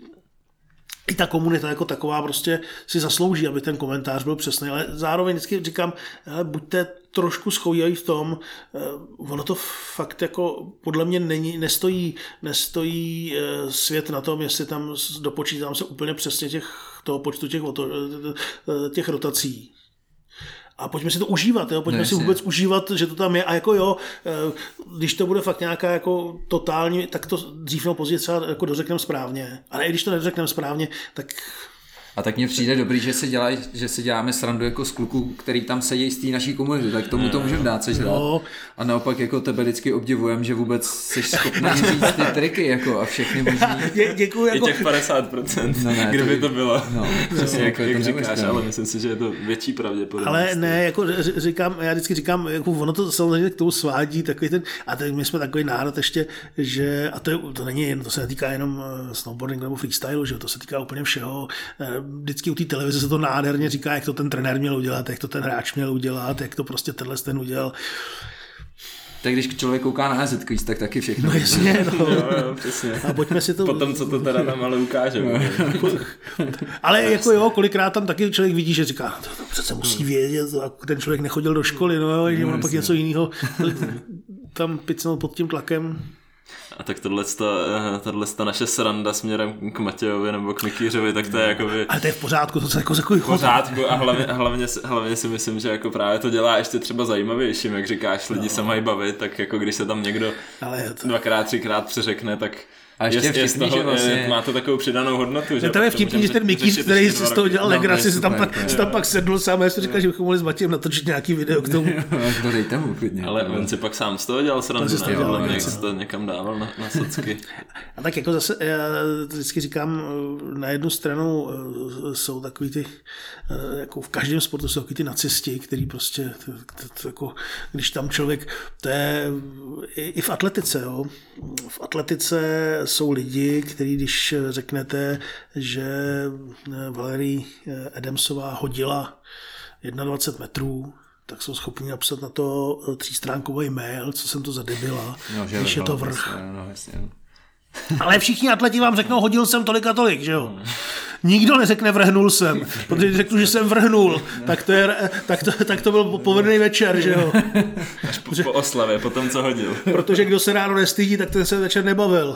i ta komunita jako taková prostě si zaslouží, aby ten komentář byl přesný, ale zároveň vždycky říkám, hele, buďte trošku schovývají v tom, ono to fakt jako podle mě není, nestojí, nestojí svět na tom, jestli tam dopočítám se úplně přesně těch, toho počtu těch, těch rotací. A pojďme si to užívat, jo? Pojďme no, si vůbec užívat, že to tam je a jako jo, když to bude fakt nějaká jako totální, tak to dřív nebo později třeba jako dořekneme správně. Ale i když to nedořekneme správně, tak... A tak mně přijde dobrý, že si, dělaj, že si děláme srandu jako z kluků, který tam sedí z té naší komunity, tak tomu to můžeme dát sežrat. No. A naopak jako tebe vždycky obdivujem, že vůbec jsi schopný říct ty triky jako a všechny možný. Dě, děkuju, jako... I těch padesát procent, no ne, kdyby to, to bylo. No, přesně no, jak, jak to říkáš, ale myslím si, že je to větší pravděpodobnost. Ale ne, jako říkám, já vždycky říkám, jako ono to samozřejmě k tomu svádí, takový ten, a teď my jsme takový národ ještě, že, a to, je, to není jen, to se netýká jenom snowboardingu nebo freestylu, že to se týká úplně všeho. Vždycky u té televize se to nádherně říká, jak to ten trenér měl udělat, jak to ten hráč měl udělat, jak to prostě tenhle ten udělal. Tak když člověk kouká na á zet quiz, tak taky všechno. No jasně, no. Jo, jo, přesně. A pojďme si to... Potom, co to teda tam ale ukáže. Ale jako jo, kolikrát tam taky člověk vidí, že říká, to, to přece musí vědět, a ten člověk nechodil do školy, no, že má pak něco jiného tam picnout pod tím tlakem. A tak tohle naše sranda směrem k Matějovi nebo k Mikýřovi, tak to je jakoby... Ale to je v pořádku, to je jako takový v pořádku a hlavně, hlavně, hlavně si myslím, že jako právě to dělá ještě třeba zajímavějším, jak říkáš, lidi no. se mají bavit, tak jako když se tam někdo to... dvakrát, třikrát přeřekne, tak... A ještě je, vtipný, je toho, že vlastně... má to takovou přidanou hodnotu. Že to je vtipný, že ten Mikýř, který si z toho dělal legraci, si tam pak, tam pak sedl sám a já jsem říkal, že bychom mohli s Matějem natočit nějaký video k tomu. To dejte mu klidně. Ale on si pak sám z toho dělal srandu, ne? Ale jak se to někam dával na, na socky. A tak jako zase, já vždycky říkám, na jednu stranu jsou takový ty, jako v každém sportu jsou takový ty nacisti, který prostě, to, to, to, jako, když tam člověk, to je i v atletice, jo. V atletice jsou lidi, kteří, když řeknete, že Valerie Adamsová hodila dvacet jedna metrů, tak jsou schopni napsat na to třístránkový mail, co jsem to za debila, no, když je to vrch. No, jasně. Ale všichni atleti vám řeknou, hodil jsem tolik a tolik, že jo? Nikdo neřekne vrhnul jsem, protože když řeknu, že jsem vrhnul, tak to, je, tak to, tak to byl povedený večer, že jo? Až po, po oslavě, po tom, co hodil. Protože kdo se ráno nestydí, tak ten se večer nebavil.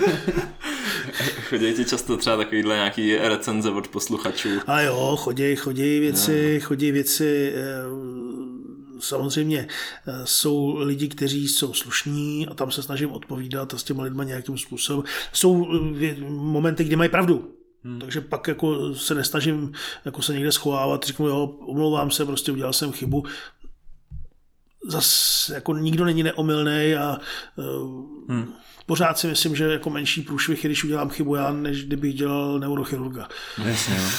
Chodí ti často třeba takovýhle nějaký recenze od posluchačů? A jo, chodí, chodí věci, no. chodí věci... Samozřejmě jsou lidi, kteří jsou slušní a tam se snažím odpovídat a s těma lidma nějakým způsobem. Jsou momenty, kdy mají pravdu. Hmm. Takže pak jako se nesnažím jako se někde schovávat, řeknu, jo, omlouvám se, prostě udělal jsem chybu. Zas jako nikdo není neomylnej a hmm. pořád si myslím, že jako menší průšvih, když udělám chybu já, než kdybych dělal neurochirurga. Jasně, jo.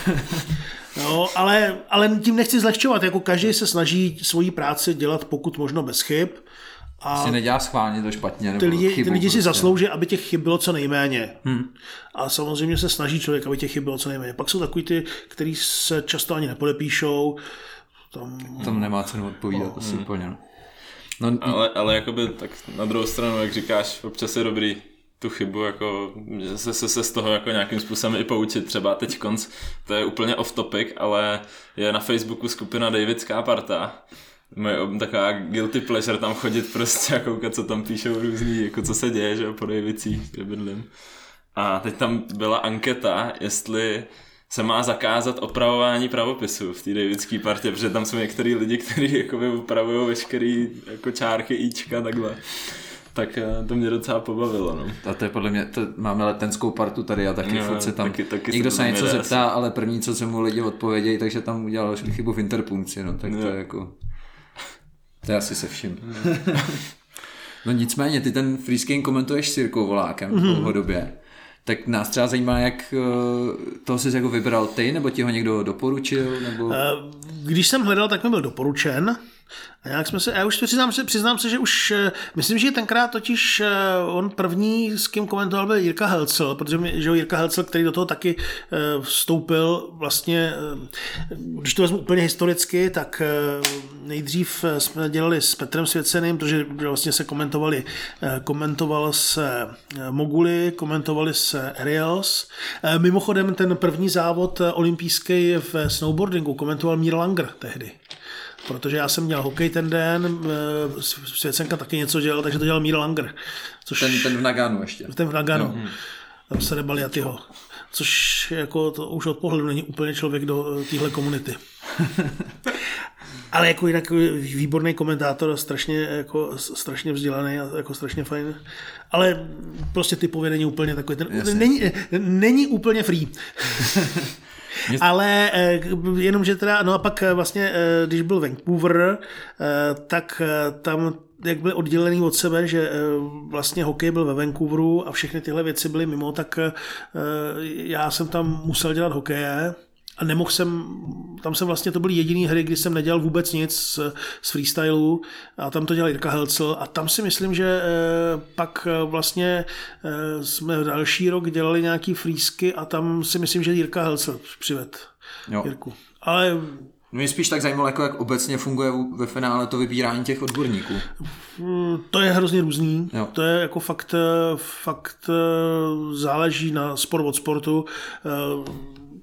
No, ale, ale tím nechci zlehčovat, jako každý se snaží svoji práci dělat pokud možno bez chyb. A si nedělá schválně to špatně. Nebo ty lidi, chybu, ty lidi si prostě. zaslouží, aby těch chyb bylo co nejméně. Hmm. A samozřejmě se snaží člověk, aby těch chyb bylo co nejméně. Pak jsou takový ty, kteří se často ani nepodepíšou. Tam, Tam nemá cenu odpovídat, no, asi hmm. úplně. No. No, ale, ale jakoby tak na druhou stranu, jak říkáš, občas je dobrý tu chybu, jako, že se, se, se z toho jako nějakým způsobem i poučit. Třeba teď konc, to je úplně off topic, ale je na Facebooku skupina Davidská parta. Moje taková guilty pleasure tam chodit prostě a koukat, co tam píšou různý, jako co se děje, že po Davicích, kde bydlím. A teď tam byla anketa, jestli se má zakázat opravování pravopisu v té Davidské partě, protože tam jsou některý lidi, kteří jakoby upravují veškerý jako čárky, íčka, takhle. Tak to mě docela pobavilo. No. A to je podle mě, to máme letenskou partu tady a taky no, furt se tam, taky, taky někdo se něco asi. zeptá, ale první, co se mu lidi odpovědějí, takže tam udělal chybu v interpunkci, no, tak no. to je jako, to je asi se vším. No nicméně, ty ten freeskating komentuješ s Jirkou Volákem v mm-hmm. dlouhodobě, tak nás třeba zajímá, jak toho jsi jako vybral ty, nebo ti ho někdo doporučil? Nebo... Když jsem hledal, tak mi byl doporučen. A nějak jsme se, já už přiznám se, přiznám se, že už, myslím, že tenkrát totiž on první, s kým komentoval, byl Jirka Helcl, protože mě, že Jirka Helcl, který do toho taky vstoupil vlastně, když to vezmu úplně historicky, tak nejdřív jsme dělali s Petrem Svěceným, protože vlastně se komentovali, komentoval se Moguli, komentovali se Aerials. Mimochodem ten první závod olympijský v snowboardingu komentoval Mír Langer tehdy. Protože já jsem měl hokej ten den, Svěcenka taky něco dělal, takže to dělal Mír Langer. Což, ten, ten v Naganu ještě. Ten v Naganu. No. Tam se nebali Jatyho. Což jako to už od pohledu není úplně člověk do téhle komunity. Ale jako jinak výborný komentátor, strašně, jako, strašně vzdělaný a jako strašně fajn. Ale prostě typově není úplně takový. Ten, není, není úplně free. Ale jenomže teda, no a pak vlastně, když byl Vancouver, tak tam jak byly oddělený od sebe, že vlastně hokej byl ve Vancouveru a všechny tyhle věci byly mimo, tak já jsem tam musel dělat hokeje a nemohl jsem, tam jsem vlastně, to byly jediný hry, kdy jsem nedělal vůbec nic z, z freestylu a tam to dělal Jirka Helcl a tam si myslím, že pak vlastně jsme další rok dělali nějaký freesky a tam si myslím, že Jirka Helcl přived Jirku. Ale mě spíš tak zajímalo, jako jak obecně funguje ve finále to vybírání těch odborníků. To je hrozně různý. Jo. To je jako fakt, fakt záleží na sport od sportu.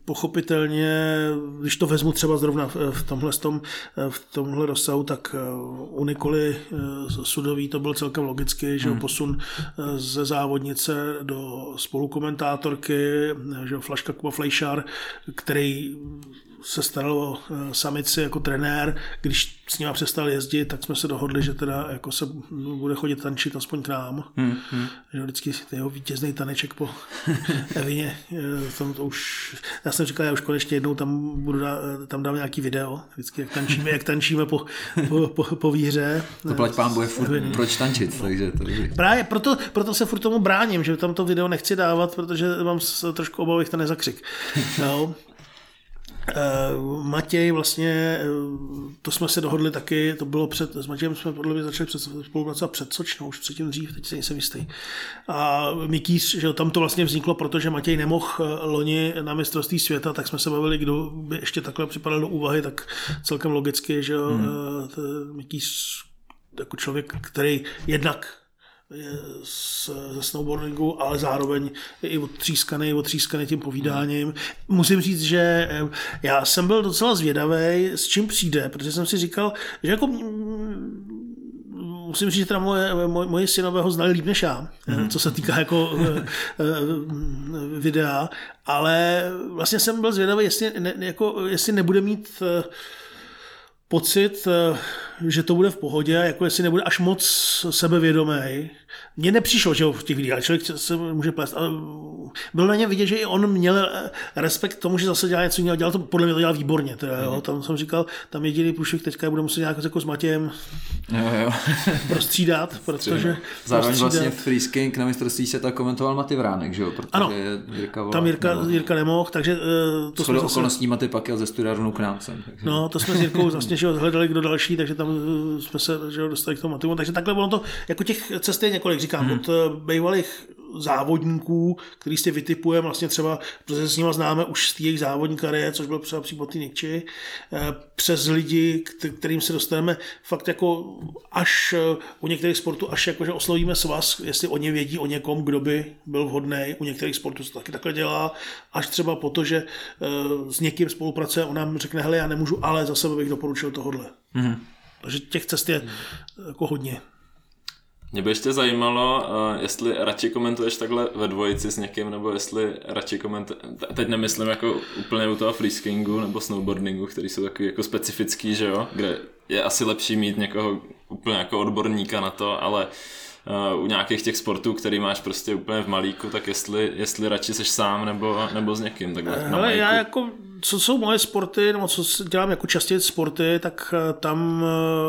pochopitelně, když to vezmu třeba zrovna v tomhle, tom, v tomhle rozsahu, tak u Nikoly Sudový to byl celkem logický, že hmm. posun ze závodnice do spolukomentátorky, že Flaška Kuba Flejšar, který se staral o samici jako trenér, když s nima přestal jezdit, tak jsme se dohodli, že teda jako se bude chodit tančit aspoň k nám. Hmm, hmm. Že vždycky jeho vítězný taneček po Evině, tam to už, já jsem říkal, já už konečně jednou tam budu dá, tam dám nějaký video, vždycky jak tančíme, jak tančíme po, po, po, po výhře. To plať pán bude furt, proč tančit, takže to je. Právě proto, proto se furt tomu bráním, že tam to video nechci dávat, protože mám trošku obavu, to nezakřik. No. Uh, Matěj vlastně, uh, to jsme se dohodli taky, to bylo před, s Matějem jsme podle mě začali před, spolupracovat před Sočnou, už předtím dřív, teď se nejsem jistý. A Mikýř, že tam to vlastně vzniklo, protože Matěj nemohl loni na mistrovství světa, tak jsme se bavili, kdo by ještě takhle připadal do úvahy, tak celkem logicky, že hmm. uh, Mikýř jako člověk, který jednak ze snowboardingu, ale zároveň i otřískaný, otřískaný tím povídáním. Musím říct, že já jsem byl docela zvědavý, s čím přijde, protože jsem si říkal, že jako musím říct, že teda moje, moje, moje synové ho znali líp než já, mm. co se týká jako videa, ale vlastně jsem byl zvědavý, jestli, ne, jako, jestli nebude mít pocit, že to bude v pohodě, jako jestli nebude až moc sebevědomý. Mně nepřišlo, že v těch videách člověk se může plést, ale bylo na něm vidět, že i on měl respekt k tomu, že zase dělá něco jiného, dělal to, podle mě to dělal výborně. Teda, jo. Tam jsem říkal, tam jediný průšvih teďka bude muset nějak jako s Matějem jo, jo. prostřídat, protože... Zároveň vlastně freesking na mistrovství světa komentoval Maty Vránek, že jo? Protože ano, Jirka tam Jirka, nemohl. Jirka nemohl, takže... Uh, to jsme zase... okolností Maty pak jel ze studia rovnou k nám sem. Takže... No, to jsme s Jirkou vlastně, že hledali kdo další, takže tam jsme se že dostali k tomu Matymu, takže takhle bylo to, jako těch cest je několik, říkám, hmm. od bývalých závodníků, který si vytipujeme vlastně třeba, protože se s nimi známe už z těch závodní kariéry, což byl třeba případ Nikči, přes lidi, kterým se dostaneme fakt jako až u některých sportů, až jako, že oslovíme svaz, jestli oni vědí o někom, kdo by byl vhodný, u některých sportů se taky takhle dělá, až třeba po to, že s někým spolupracuje, on nám řekne, hele, já nemůžu, ale za sebe bych doporučil tohodle. Hmm. Takže těch cest je jako hodně. Mě by ještě zajímalo, jestli radši komentuješ takhle ve dvojici s někým, nebo jestli radši komentuješ, teď nemyslím jako úplně u toho freeskingu nebo snowboardingu, který jsou takový jako specifický, že jo, kde je asi lepší mít někoho úplně jako odborníka na to, ale u nějakých těch sportů, který máš prostě úplně v malíku, tak jestli, jestli radši seš sám nebo, nebo s někým takhle na majku. Já jako, co jsou moje sporty, nebo co dělám jako častěji sporty, tak tam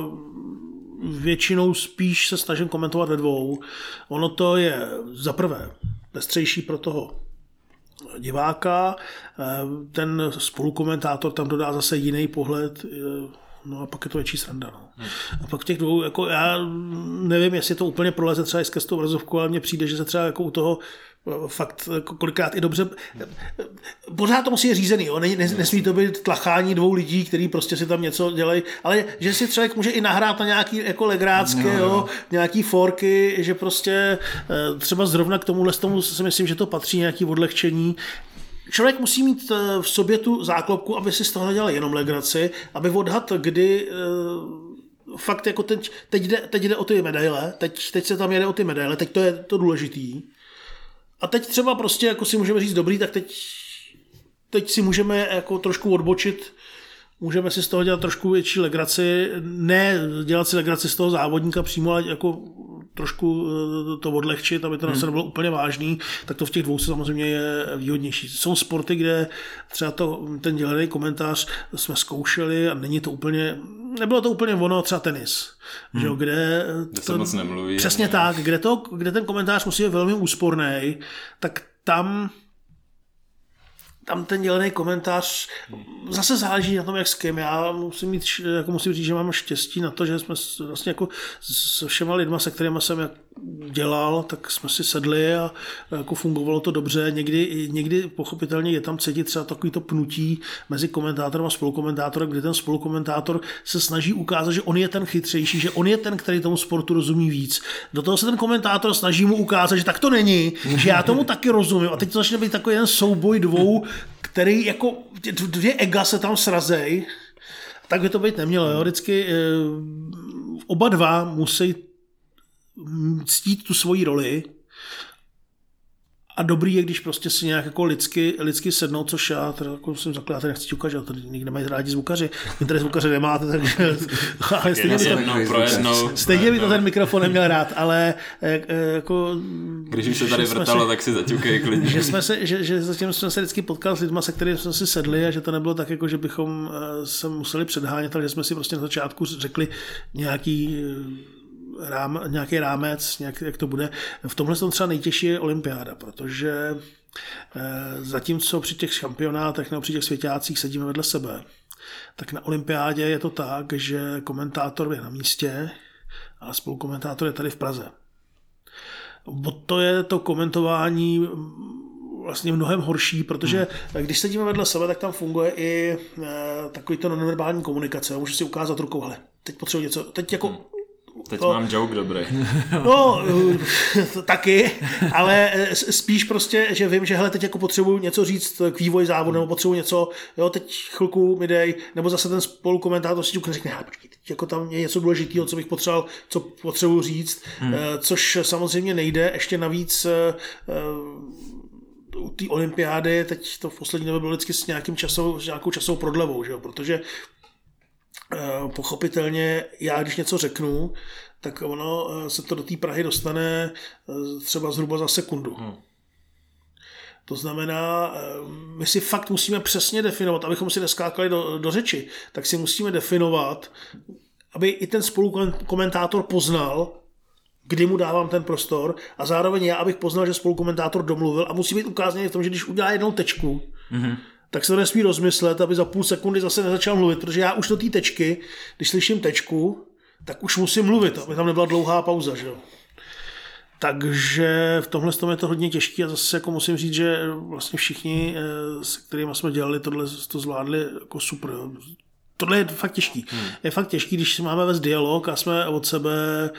většinou spíš se snažím komentovat ve dvou. Ono to je za prvé pestřejší pro toho diváka, ten spolukomentátor tam dodá zase jiný pohled, no a pak je to větší sranda. No. Hmm. A pak těch dvou, jako já nevím, jestli to úplně proleze třeba i skrz tou obrazovku, ale mně přijde, že se třeba jako u toho fakt kolikrát i dobře, pořád to musí být řízený, jo? Nesmí to být tlachání dvou lidí, kteří prostě si tam něco dělají, ale že si člověk může i nahrát na nějaký jako legrácké, no, jo, nějaký forky, že prostě třeba zrovna k tomuhle tomu si myslím, že to patří nějaký odlehčení. Člověk musí mít v sobě tu záklopku, aby si z toho nedělal jenom legraci, aby odhad, kdy fakt jako teď, teď, jde, teď jde o ty medaile, teď, teď se tam jede o ty medaile, teď to je to důležitý. A teď třeba prostě jako si můžeme říct dobrý, tak teď, teď si můžeme jako trošku odbočit, můžeme si z toho dělat trošku větší legraci, ne dělat si legraci z toho závodníka přímo, ale jako trošku to odlehčit, aby to hmm. nebylo úplně vážný, tak to v těch dvou se samozřejmě je výhodnější. Jsou sporty, kde třeba to, ten dělený komentář jsme zkoušeli a není to úplně, nebylo to úplně ono, třeba tenis, hmm. že, kde, kde to, se moc nemluví. Přesně ne? Tak, kde, to, kde ten komentář musí být velmi úsporný, tak tam tam ten dělený komentář zase záleží na tom, jak s kým. Já musím, mít, jako musím říct, že mám štěstí na to, že jsme vlastně jako se všema lidma, se kterými jsem dělal, tak jsme si sedli a jako fungovalo to dobře. Někdy, někdy pochopitelně je tam cítit třeba takový to pnutí mezi komentátorem a spolukomentátorem, kdy ten spolukomentátor se snaží ukázat, že on je ten chytřejší, že on je ten, který tomu sportu rozumí víc. Do toho se ten komentátor snaží mu ukázat, že tak to není, že já tomu taky rozumím. A teď to začne být takový jeden souboj dvou, který jako dvě ega se tam srazej, tak by to být nemělo. Jo? Vždycky oba dva musí ctít tu svoji roli a dobrý je, když prostě si nějak jako lidsky, lidsky sednou, což já teda jako jsem zakladatel, nechci ťukat, že tady nikdy nemají rádi zvukaři, vy tady zvukaře nemáte, takže ale stejně, by to, stejně by to ten mikrofon neměl rád, ale jako... Když už se tady vrtalo, tak si zaťukej klidně. Že, jsme se, že, že zatím jsme se vždycky potkali s lidma, se kterými jsme si sedli a že to nebylo tak, jako že bychom se museli předhánět, ale že jsme si prostě na začátku řekli nějaký... Rám, nějaký rámec, nějak, jak to bude. V tomhle tom třeba nejtěžší je olympiáda, protože e, zatímco při těch šampionátech nebo při těch svěťácích sedíme vedle sebe, tak na olympiádě je to tak, že komentátor je na místě, ale spolukomentátor je tady v Praze. Bo to je to komentování vlastně mnohem horší, protože hmm. když sedíme vedle sebe, tak tam funguje i e, takový to nonverbální komunikace. Můžu si ukázat rukou, hele, teď potřebuji něco, teď jako hmm. Teď to, mám joke dobrý. No, taky, ale spíš prostě, že vím, že hele, teď jako potřebuji něco říct k vývoji závodu, nebo potřebuji něco, jo, teď chvilku mi dej, nebo zase ten spolukomentátor si řekne, hele, počkej, teď jako tam je něco důležitého, co bych potřeboval, co potřebuji říct, hmm. což samozřejmě nejde, ještě navíc u té olympiády, teď to v poslední době bylo vždycky s, nějakým časou, s nějakou časovou prodlevou, že jo, protože pochopitelně já, když něco řeknu, tak ono se to do té Prahy dostane třeba zhruba za sekundu. Hmm. To znamená, my si fakt musíme přesně definovat, abychom si neskákali do, do řeči, tak si musíme definovat, aby i ten spolukomentátor poznal, kdy mu dávám ten prostor a zároveň já, abych poznal, že spolukomentátor domluvil a musí být ukázaný v tom, že když udělá jednou tečku, hmm. tak se to nesmí rozmyslet, aby za půl sekundy zase nezačal mluvit, protože já už do té tečky, když slyším tečku, tak už musím mluvit, aby tam nebyla dlouhá pauza. Že? Takže v tomhle tom je to hodně těžké a zase jako musím říct, že vlastně všichni, se kterými jsme dělali, tohle to zvládli jako super. Tohle je fakt těžký. Hmm. Je fakt těžký, když máme vést dialog a jsme od sebe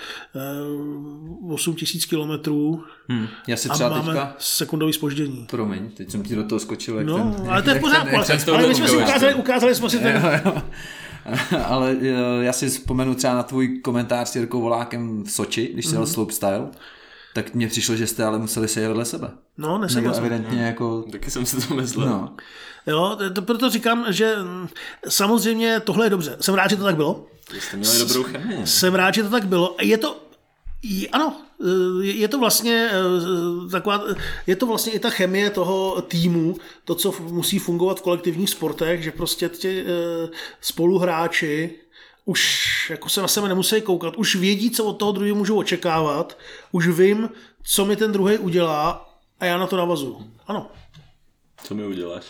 osm tisíc kilometrů hmm. Já si třeba a máme teďka... sekundový zpoždění. Promiň, teď jsem ti do toho skočil. Jak no, ten, ale to je v pořádku. Ale, ale my jsme si ukázali, ukázali jsme si ten... Jo, jo. Ale já si vzpomenu třeba na tvůj komentář s Jirkou Volákem v Soči, když jsi mm-hmm. jel slopestyle, tak mně přišlo, že jste ale museli sedět vedle sebe. No, neseděl jsem. Evidentně no. jako... Taky jsem si to myslel. No. Jo, to, proto říkám, že samozřejmě tohle je dobře. Jsem rád, že to tak bylo. Jste měli dobrou chemii. Jsem rád, že to tak bylo. Je to, ano, je to vlastně taková, je to vlastně i ta chemie toho týmu, to, co musí fungovat v kolektivních sportech, že prostě ti spoluhráči už jako se na sebe nemusí koukat, už vědí, co od toho druhého můžou očekávat, už vím, co mi ten druhý udělá a já na to navazuju. Ano. Co mi uděláš?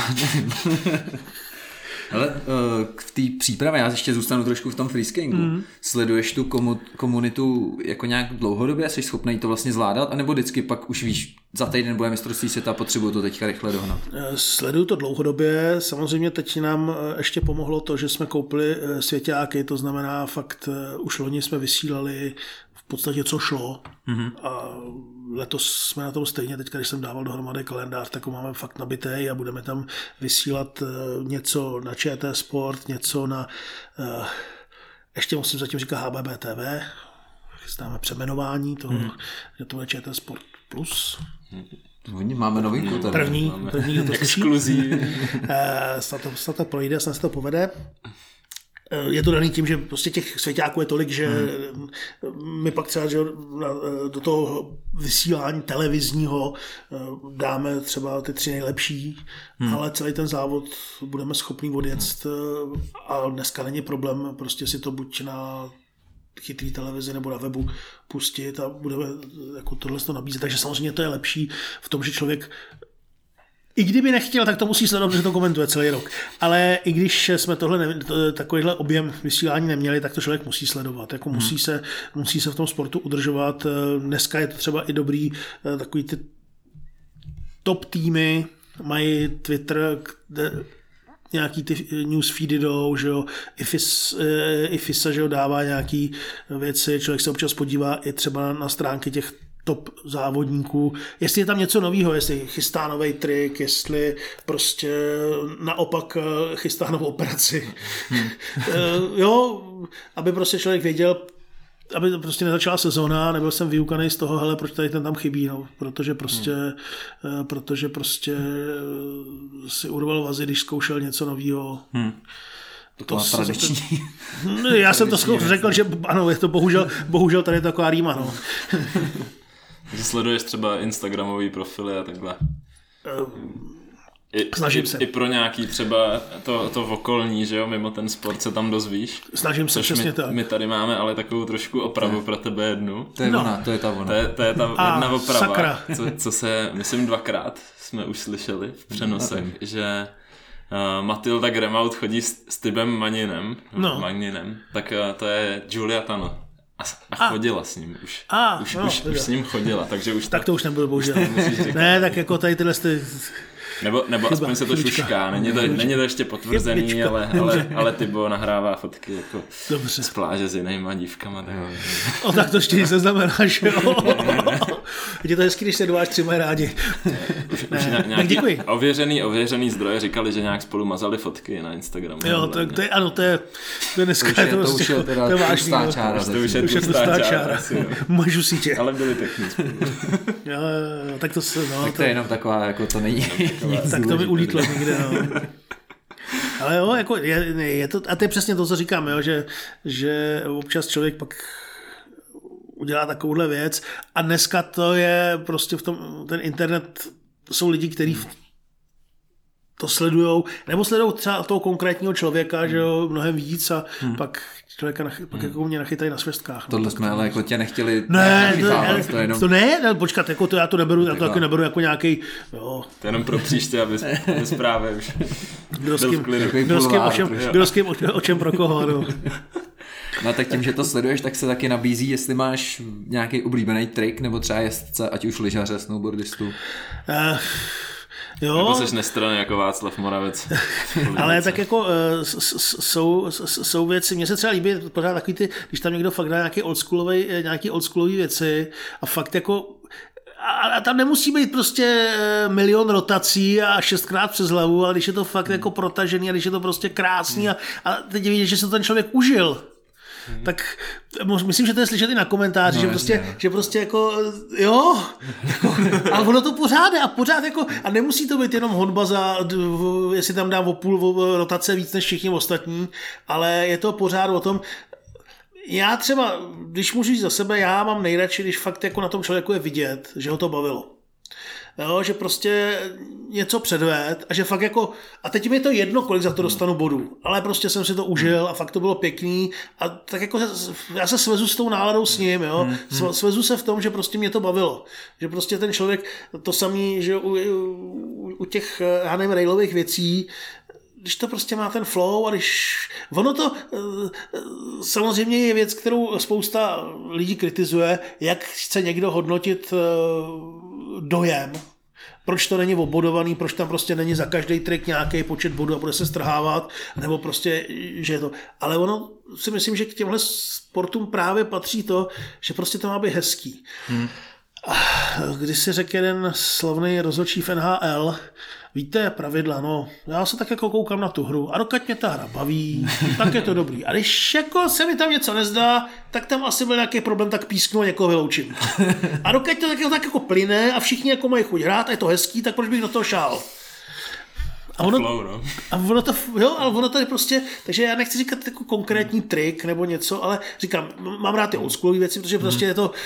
Ale v té přípravě, já ještě zůstanu trošku v tom freeskingu, mm. sleduješ tu komu, komunitu jako nějak dlouhodobě, jsi schopný to vlastně zvládat, anebo vždycky pak už víš, za týden bude mistrovství světa, potřebuju to teďka rychle dohnat? Sleduju to dlouhodobě, samozřejmě teď nám ještě pomohlo to, že jsme koupili svěťáky, to znamená fakt už loni jsme vysílali v podstatě co šlo mm-hmm. a letos jsme na tom stejně, teď když jsem dával dohromady kalendář, tak ho máme fakt nabitý a budeme tam vysílat něco na Č T Sport, něco na, ještě musím zatím říkat H B B T V, chystáme přeměnování toho, mm. že to je Č T Sport Plus. Hodně máme novinku tady. První, máme první, kdo to exkluzivní. Snad to, snad to projde, snad se to povede. Je to daný tím, že prostě těch svěťáků je tolik, že hmm. my pak třeba že do toho vysílání televizního dáme třeba ty tři nejlepší, hmm. ale celý ten závod budeme schopni odjet a dneska není problém prostě si to buď na chytrý televizi nebo na webu pustit a budeme jako tohle to nabízet. Takže samozřejmě to je lepší v tom, že člověk i kdyby nechtěl, tak to musí sledovat, že to komentuje celý rok. Ale i když jsme tohle to, takovýhle objem vysílání neměli, tak to člověk musí sledovat. Jako hmm. musí, se, musí se v tom sportu udržovat. Dneska je to třeba i dobrý, takový ty top týmy mají Twitter, kde nějaký ty newsfeedy jdou, že jo, i FISA, že jo, dává nějaký věci, člověk se občas podívá i třeba na stránky těch top závodníků, jestli je tam něco nového, jestli chystá nový trik, jestli prostě naopak chystá novou operaci. Hmm. Jo, aby prostě člověk věděl, aby prostě nezačala sezóna, nebyl jsem vyukaný z toho, hele, proč tady ten tam chybí, no, protože prostě, hmm. protože prostě si urval vazy, když zkoušel něco nového. Hmm. To má tradiční. Já jsem to zkoušel, řekl, že ano, je to bohužel, bohužel tady taková rýma, no. Že sleduješ třeba instagramový profily a takhle. I, Snažím i, se. I pro nějaký třeba to, to okolní, že jo, mimo ten sport se tam dozvíš. Snažím se, přesně my, tak. My tady máme ale takovou trošku opravu ne. pro tebe jednu. To je no. ona, to je ta ona. To je, to je ta a, jedna oprava, sakra. co, co se, myslím dvakrát jsme už slyšeli v přenosech, no, že uh, Matilda Gremaud chodí s, s Tibem Maninem, no. Maninem, tak uh, to je Julia Tano. A, a chodila s ním už. A, už, no, už, už s ním chodila, takže už... Tak to už nebudu bohužel. Ne, tak jako tady tyhle ty... Nebo, nebo chyba, aspoň se to chybička. šušká, není to, není to ještě potvrzený, ale, ale, ale Tybo nahrává fotky jako Dobře. z pláže s jinýma dívkama. Tak... O, tak to ještě se znamená, že jo. Je to hezký, když se dva až tři mají rádi. Už, už nějaký ověřený, ověřený zdroje říkali, že nějak spolu mazali fotky na Instagramu. Jo, to, to je, ano, to je, to je dneska, to, je, to, to už je teda tlustá čára. To už je tlustá čára. Mažu sítě. Ale byli pěkný spolu. Jo, tak to se, no. Tak to je jenom taková, jako to není. Tak to mi ulítlo někde, no. Ale jo, jako je, je to, a to je přesně to, co říkám, jo, že, že občas člověk pak udělá takovouhle věc a dneska to je prostě v tom, ten internet, jsou lidi, kteří to sledujou, nebo sledujou třeba toho konkrétního člověka, že jo, mnohem víc a hmm. pak člověka nach, pak jako mě nachytají na svěstkách. Tohle no, jsme ale jako tě nechtěli ne, to, to, jenom... to ne, ne, počkat, jako to já to neberu, já to taky neberu jako nějaký, jo. To je jenom pro příště, aby zprávě už kdo s kým, kdo s kým, o čem, kdo s kým, o, o čem pro koho, no. No tak tím, že to sleduješ, tak se taky nabízí, jestli máš nějaký oblíbený trik, nebo třeba jezdce, ať už lyžaře, snowboardistu. Uh, Jo. Nebo jsi nestranný jako Václav Moravec. Ale tak jako uh, jsou, jsou věci, mně se třeba líbí pořád takový ty, když tam někdo fakt dá nějaký oldschoolový, nějaký oldschoolový věci a fakt jako a tam nemusí být prostě milion rotací a šestkrát přes hlavu, ale když je to fakt hmm. jako protažený a když je to prostě krásný a, a teď vidíš, že se to ten člověk užil. Hmm. Tak myslím, že to je slyšet i na komentáři, no, že, prostě, že prostě jako jo, jako, ale ono to pořád a pořád jako a nemusí to být jenom honba za, jestli tam dám o půl rotace víc než všichni ostatní, ale je to pořád o tom. Já třeba, když můžu říct za sebe, já mám nejradši, když fakt jako na tom člověku je vidět, že ho to bavilo. Jo, že prostě něco předved a že fakt jako, a teď mi je to jedno, kolik za to dostanu bodů, ale prostě jsem si to užil a fakt to bylo pěkný a tak jako já se svezu s tou náladou s ním, jo, svezu se v tom, že prostě mě to bavilo, že prostě ten člověk, to samý, že u, u, u těch, já nevím, railových věcí, když to prostě má ten flow a když... Ono to samozřejmě je věc, kterou spousta lidí kritizuje, jak chce někdo hodnotit dojem. Proč to není obodovaný, proč tam prostě není za každý trik nějaký počet bodů a bude se strhávat, nebo prostě, že je to... Ale ono si myslím, že k těmhle sportům právě patří to, že prostě to má být hezký. Hmm. Když si řekl jeden slavný rozhodčí v N H L, víte, pravidla, no, já se tak jako koukám na tu hru a dokud mě ta hra baví, tak je to dobrý. A když jako se mi tam něco nezdá, tak tam asi byl nějaký problém, tak písknu a někoho vyloučím. A dokud to tak, tak jako plyne a všichni jako mají chuť hrát a je to hezký, tak proč bych do toho šál? A ono, flow, no. a ono to, jo, ale ono tady prostě, takže já nechci říkat jako konkrétní trik nebo něco, ale říkám, mám rád ty oldschoolové věci, protože prostě je to...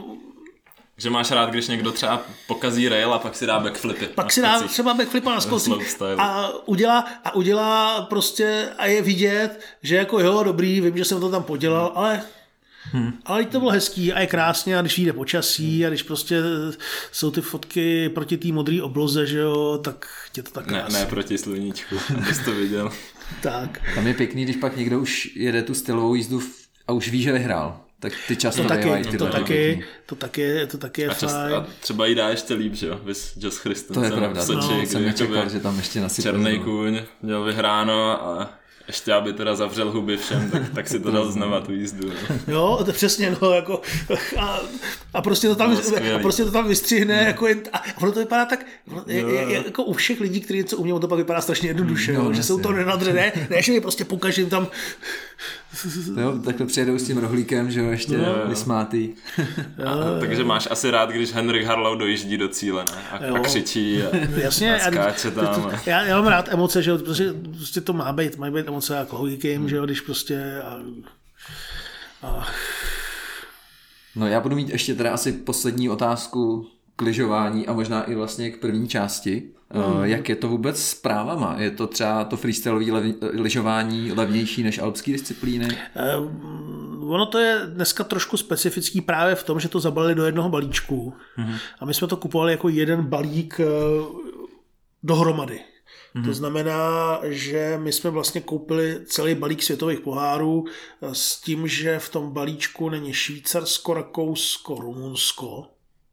Že máš rád, když někdo třeba pokazí rail a pak si dá backflipy. Pak si dá třeba backflipa na skocích a udělá, a udělá prostě a je vidět, že jako jo, dobrý, vím, že jsem to tam podělal, ale, hmm. ale to bylo hezký a je krásně a když jde počasí a když prostě jsou ty fotky proti té modré obloze, že jo, tak tě to tak krásně. Ne, ne proti sluníčku, abys to viděl. Tak. Tam je pěkný, když pak někdo už jede tu stylovou jízdu a už ví, že vyhrál. Tak ty často to taky, ty to taky, to taky, to taky je a čas, fajn. A třeba jí dá ještě líp, že jo, vys Josh Christensen. To je pravda, Soči, no, jsem nečekal, že tam ještě nasypal. Černý kůň, měl vyhráno a Ještě aby teda zavřel huby všem, tak, tak si to dal znova tu jízdu. No. Jo, to přesně, no, jako a, a, prostě to tam, a prostě to tam vystřihne, no. Jako jen, a ono to vypadá tak, je, je, jako u všech lidí, kteří něco umějí, to pak vypadá strašně jednoduše, no, že jsou to nenadřené, ne, že je prostě pokažím tam. Jo, takhle přijedou s tím rohlíkem, že jo, ještě no. vysmátý. A, takže máš asi rád, když Henrik Harlaut dojíždí do cíle, ne? A, a křičí a, jasně, a skáče tam. A... Já, já mám rád emoce, že jo, protože prostě to má být, mají být emoce a logikem, že jo, když prostě a, a... No já budu mít ještě teda asi poslední otázku k lyžování a možná i vlastně k první části. Hmm. Jak je to vůbec s právama? Je to třeba to freestylové lev, lyžování levnější než alpské disciplíny? Um, ono to je dneska trošku specifický právě v tom, že to zabalili do jednoho balíčku. Hmm. A my jsme to kupovali jako jeden balík dohromady. Hmm. To znamená, že my jsme vlastně koupili celý balík světových pohárů s tím, že v tom balíčku není Švýcarsko, Rakousko, Rumunsko,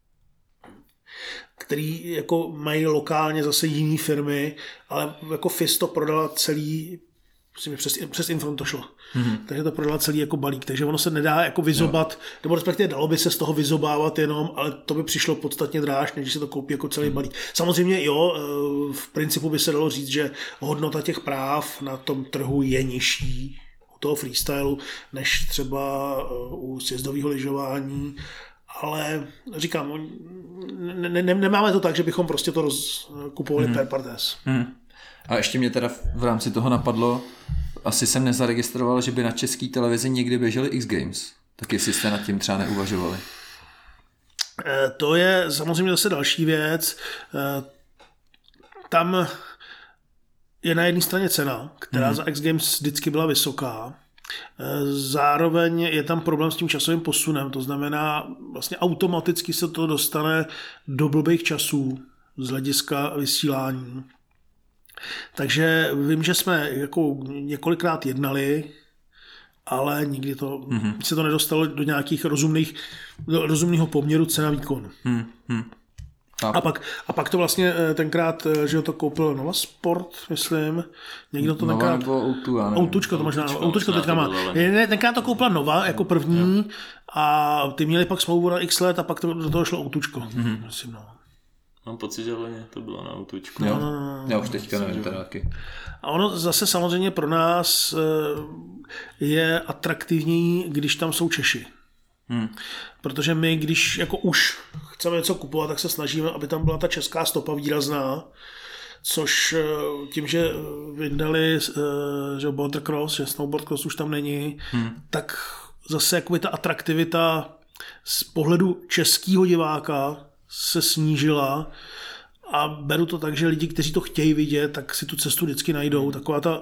který jako mají lokálně zase jiný firmy, ale jako F I S to prodala celý, myslím, přes, přes Infront to šlo. Mm-hmm. Takže to prodala celý jako balík, takže ono se nedá jako vyzobat, jo. Nebo respektive dalo by se z toho vyzobávat jenom, ale to by přišlo podstatně dráž, než se to koupí jako celý balík. Samozřejmě jo, v principu by se dalo říct, že hodnota těch práv na tom trhu je nižší u toho freestylu, než třeba u sjezdového lyžování, ale říkám, ne, ne, nemáme to tak, že bychom prostě to rozkupovali hmm. per partes. Hmm. A ještě mě teda v rámci toho napadlo, asi jsem nezaregistroval, že by na české televizi někdy běžely X Games. Tak jestli jste nad tím třeba neuvažovali. To je samozřejmě zase další věc. Tam je na jedné straně cena, která hmm. za X Games vždycky byla vysoká. Zároveň je tam problém s tím časovým posunem, to znamená, vlastně automaticky se to dostane do blbých časů z hlediska vysílání. Takže vím, že jsme jako několikrát jednali, ale nikdy to, mm-hmm. se to nedostalo do nějakých rozumných, do rozumného poměru cena výkon. Mm-hmm. A pak, a pak to vlastně tenkrát, že to koupil Nova Sport, myslím. Někdo to Nova tenkrát... nebo Outu, já nevím. Outučko to možná, Outučko teďka má. Ne, tenkrát to koupila Nova jako první a ty měli pak smlouvu na x let a pak to, do toho šlo Outučko. Mm-hmm. Myslím, no. Mám pocit, že loni to bylo na Outučku. Jo, no, no, no, já už teďka nevím teda taky. A ono zase samozřejmě pro nás je atraktivní, když tam jsou Češi. Hmm. Protože my, když jako už chceme něco kupovat, tak se snažíme, aby tam byla ta česká stopa výrazná, což tím, že vydali že border cross, že snowboard cross už tam není, hmm. tak zase jakoby ta atraktivita z pohledu českého diváka se snížila a beru to tak, že lidi, kteří to chtějí vidět, tak si tu cestu vždycky najdou. Taková ta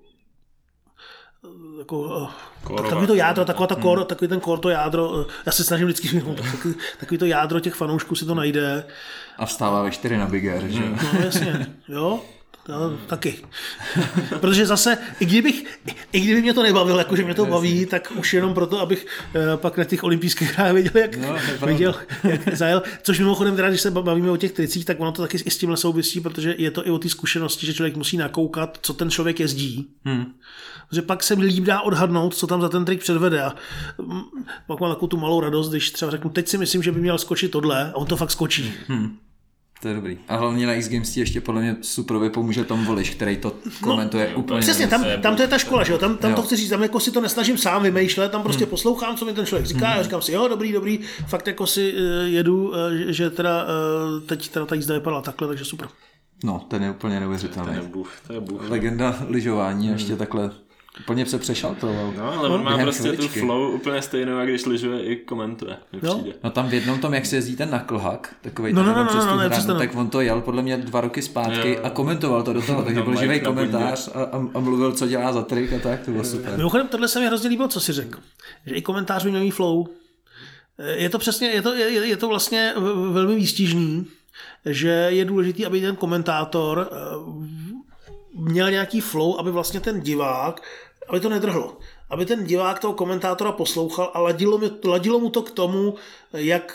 Jako, takový to jádro, taková ta kor, takový ten kor, to jádro, já se snažím vždycky říct, takový, takový to jádro těch fanoušků si to najde. A vstává ve čtyři na Big Air, že? No jasně, jo, to, taky. Protože zase, i kdybych, i kdyby mě to nebavilo, jakože mě to baví, tak už jenom proto, abych pak na těch olympijských hrách viděl, jak, no, viděl, jak zajel. Což mimochodem, teda, když se bavíme o těch tricích, tak ono to taky i s tímhle souvisí, protože je to i o té zkušenosti, že člověk musí nakoukat, co ten člověk jezdí. Hmm. Protože pak se líp dá odhadnout, co tam za ten trik předvede. A pak mám takovou tu malou radost, když třeba řeknu, teď si myslím, že by měl skočit tohle a on to fakt skočí. Hmm. To je dobrý. A hlavně na X Games ti ještě podle mě super pomůže Tom Voliš, který to komentuje no, úplně. Přesně, tam, tam to je ta škola, že jo? Tam, tam to chci říct, tam jako si to nesnažím sám vymýšlet, tam prostě hmm. poslouchám, co mi ten člověk říká, hmm. a říkám si, jo, dobrý, dobrý, fakt jako si uh, jedu, uh, že teda uh, teď teda ta jízda vypadala takhle, takže super. No, ten je úplně neuvěřitelný. To je bůh, to je bůh. Legenda lyžování, hmm. ještě takhle úplně se přešaltoval. No, ale on má prostě chviličky. Tu flow úplně stejnou, jak když lyžuje i komentuje. No. no tam v jednom tom, jak se jezdí ten naklhak, takovej no, no, no, přes tu no, hránu, no, tak on to jel podle mě dva roky zpátky jo. a komentoval to do toho, takže byl živý komentář a, a, a mluvil, co dělá za trik a tak, to bylo super. Mimochodem, tohle se mi hrozně líbilo, co si řekl. Že i komentář by měl mít flow. Je to přesně, je to, je, je to vlastně velmi výstižný, že je důležitý, aby ten komentátor měl nějaký flow, aby vlastně ten divák, aby to nedrhlo. Aby ten divák toho komentátora poslouchal a ladilo, mi, ladilo mu to k tomu, jak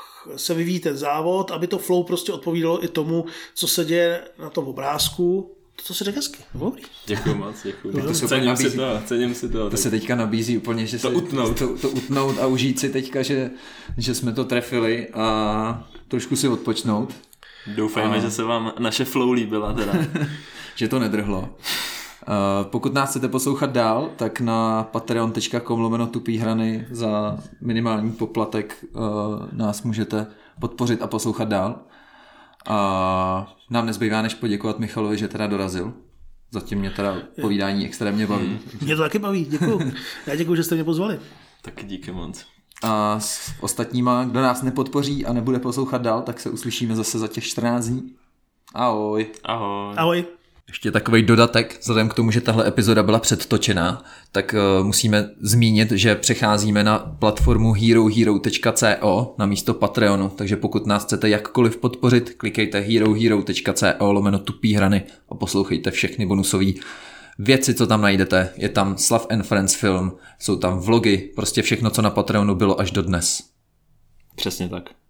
se vyvíjí ten závod, aby to flow prostě odpovídalo i tomu, co se děje na tom obrázku, to si řekl hezky. Dobrý. Děkuju moc, děkuju. To se cením si to, cením si to. To se teďka nabízí úplně, že to se utnout. To, to utnout a užít si teďka, že, že jsme to trefili a trošku si odpočnout. Doufejme, a... že se vám naše flow líbila teda. Že to nedrhlo. Uh, pokud nás chcete poslouchat dál, tak na patreon tečka com lomeno tupý hrany za minimální poplatek uh, nás můžete podpořit a poslouchat dál. A nám nezbývá než poděkovat Michalovi, že teda dorazil. Zatím mě teda povídání extrémně baví. Hmm. Mě to taky baví, děkuju. Já děkuju, že jste mě pozvali. Taky díky moc. A s ostatníma, kdo nás nepodpoří a nebude poslouchat dál, tak se uslyšíme zase za těch čtrnáct dní. Ahoj. Ahoj. Ahoj. Ještě takový dodatek, vzhledem k tomu, že tahle epizoda byla předtočená, tak uh, musíme zmínit, že přecházíme na platformu hero hero tečka co na místo Patreonu, takže pokud nás chcete jakkoliv podpořit, klikejte hero hero tečka co lomeno tupý hrany a poslouchejte všechny bonusové věci, co tam najdete. Je tam Slav and Friends film, jsou tam vlogy, prostě všechno, co na Patreonu bylo až do dnes. Přesně tak.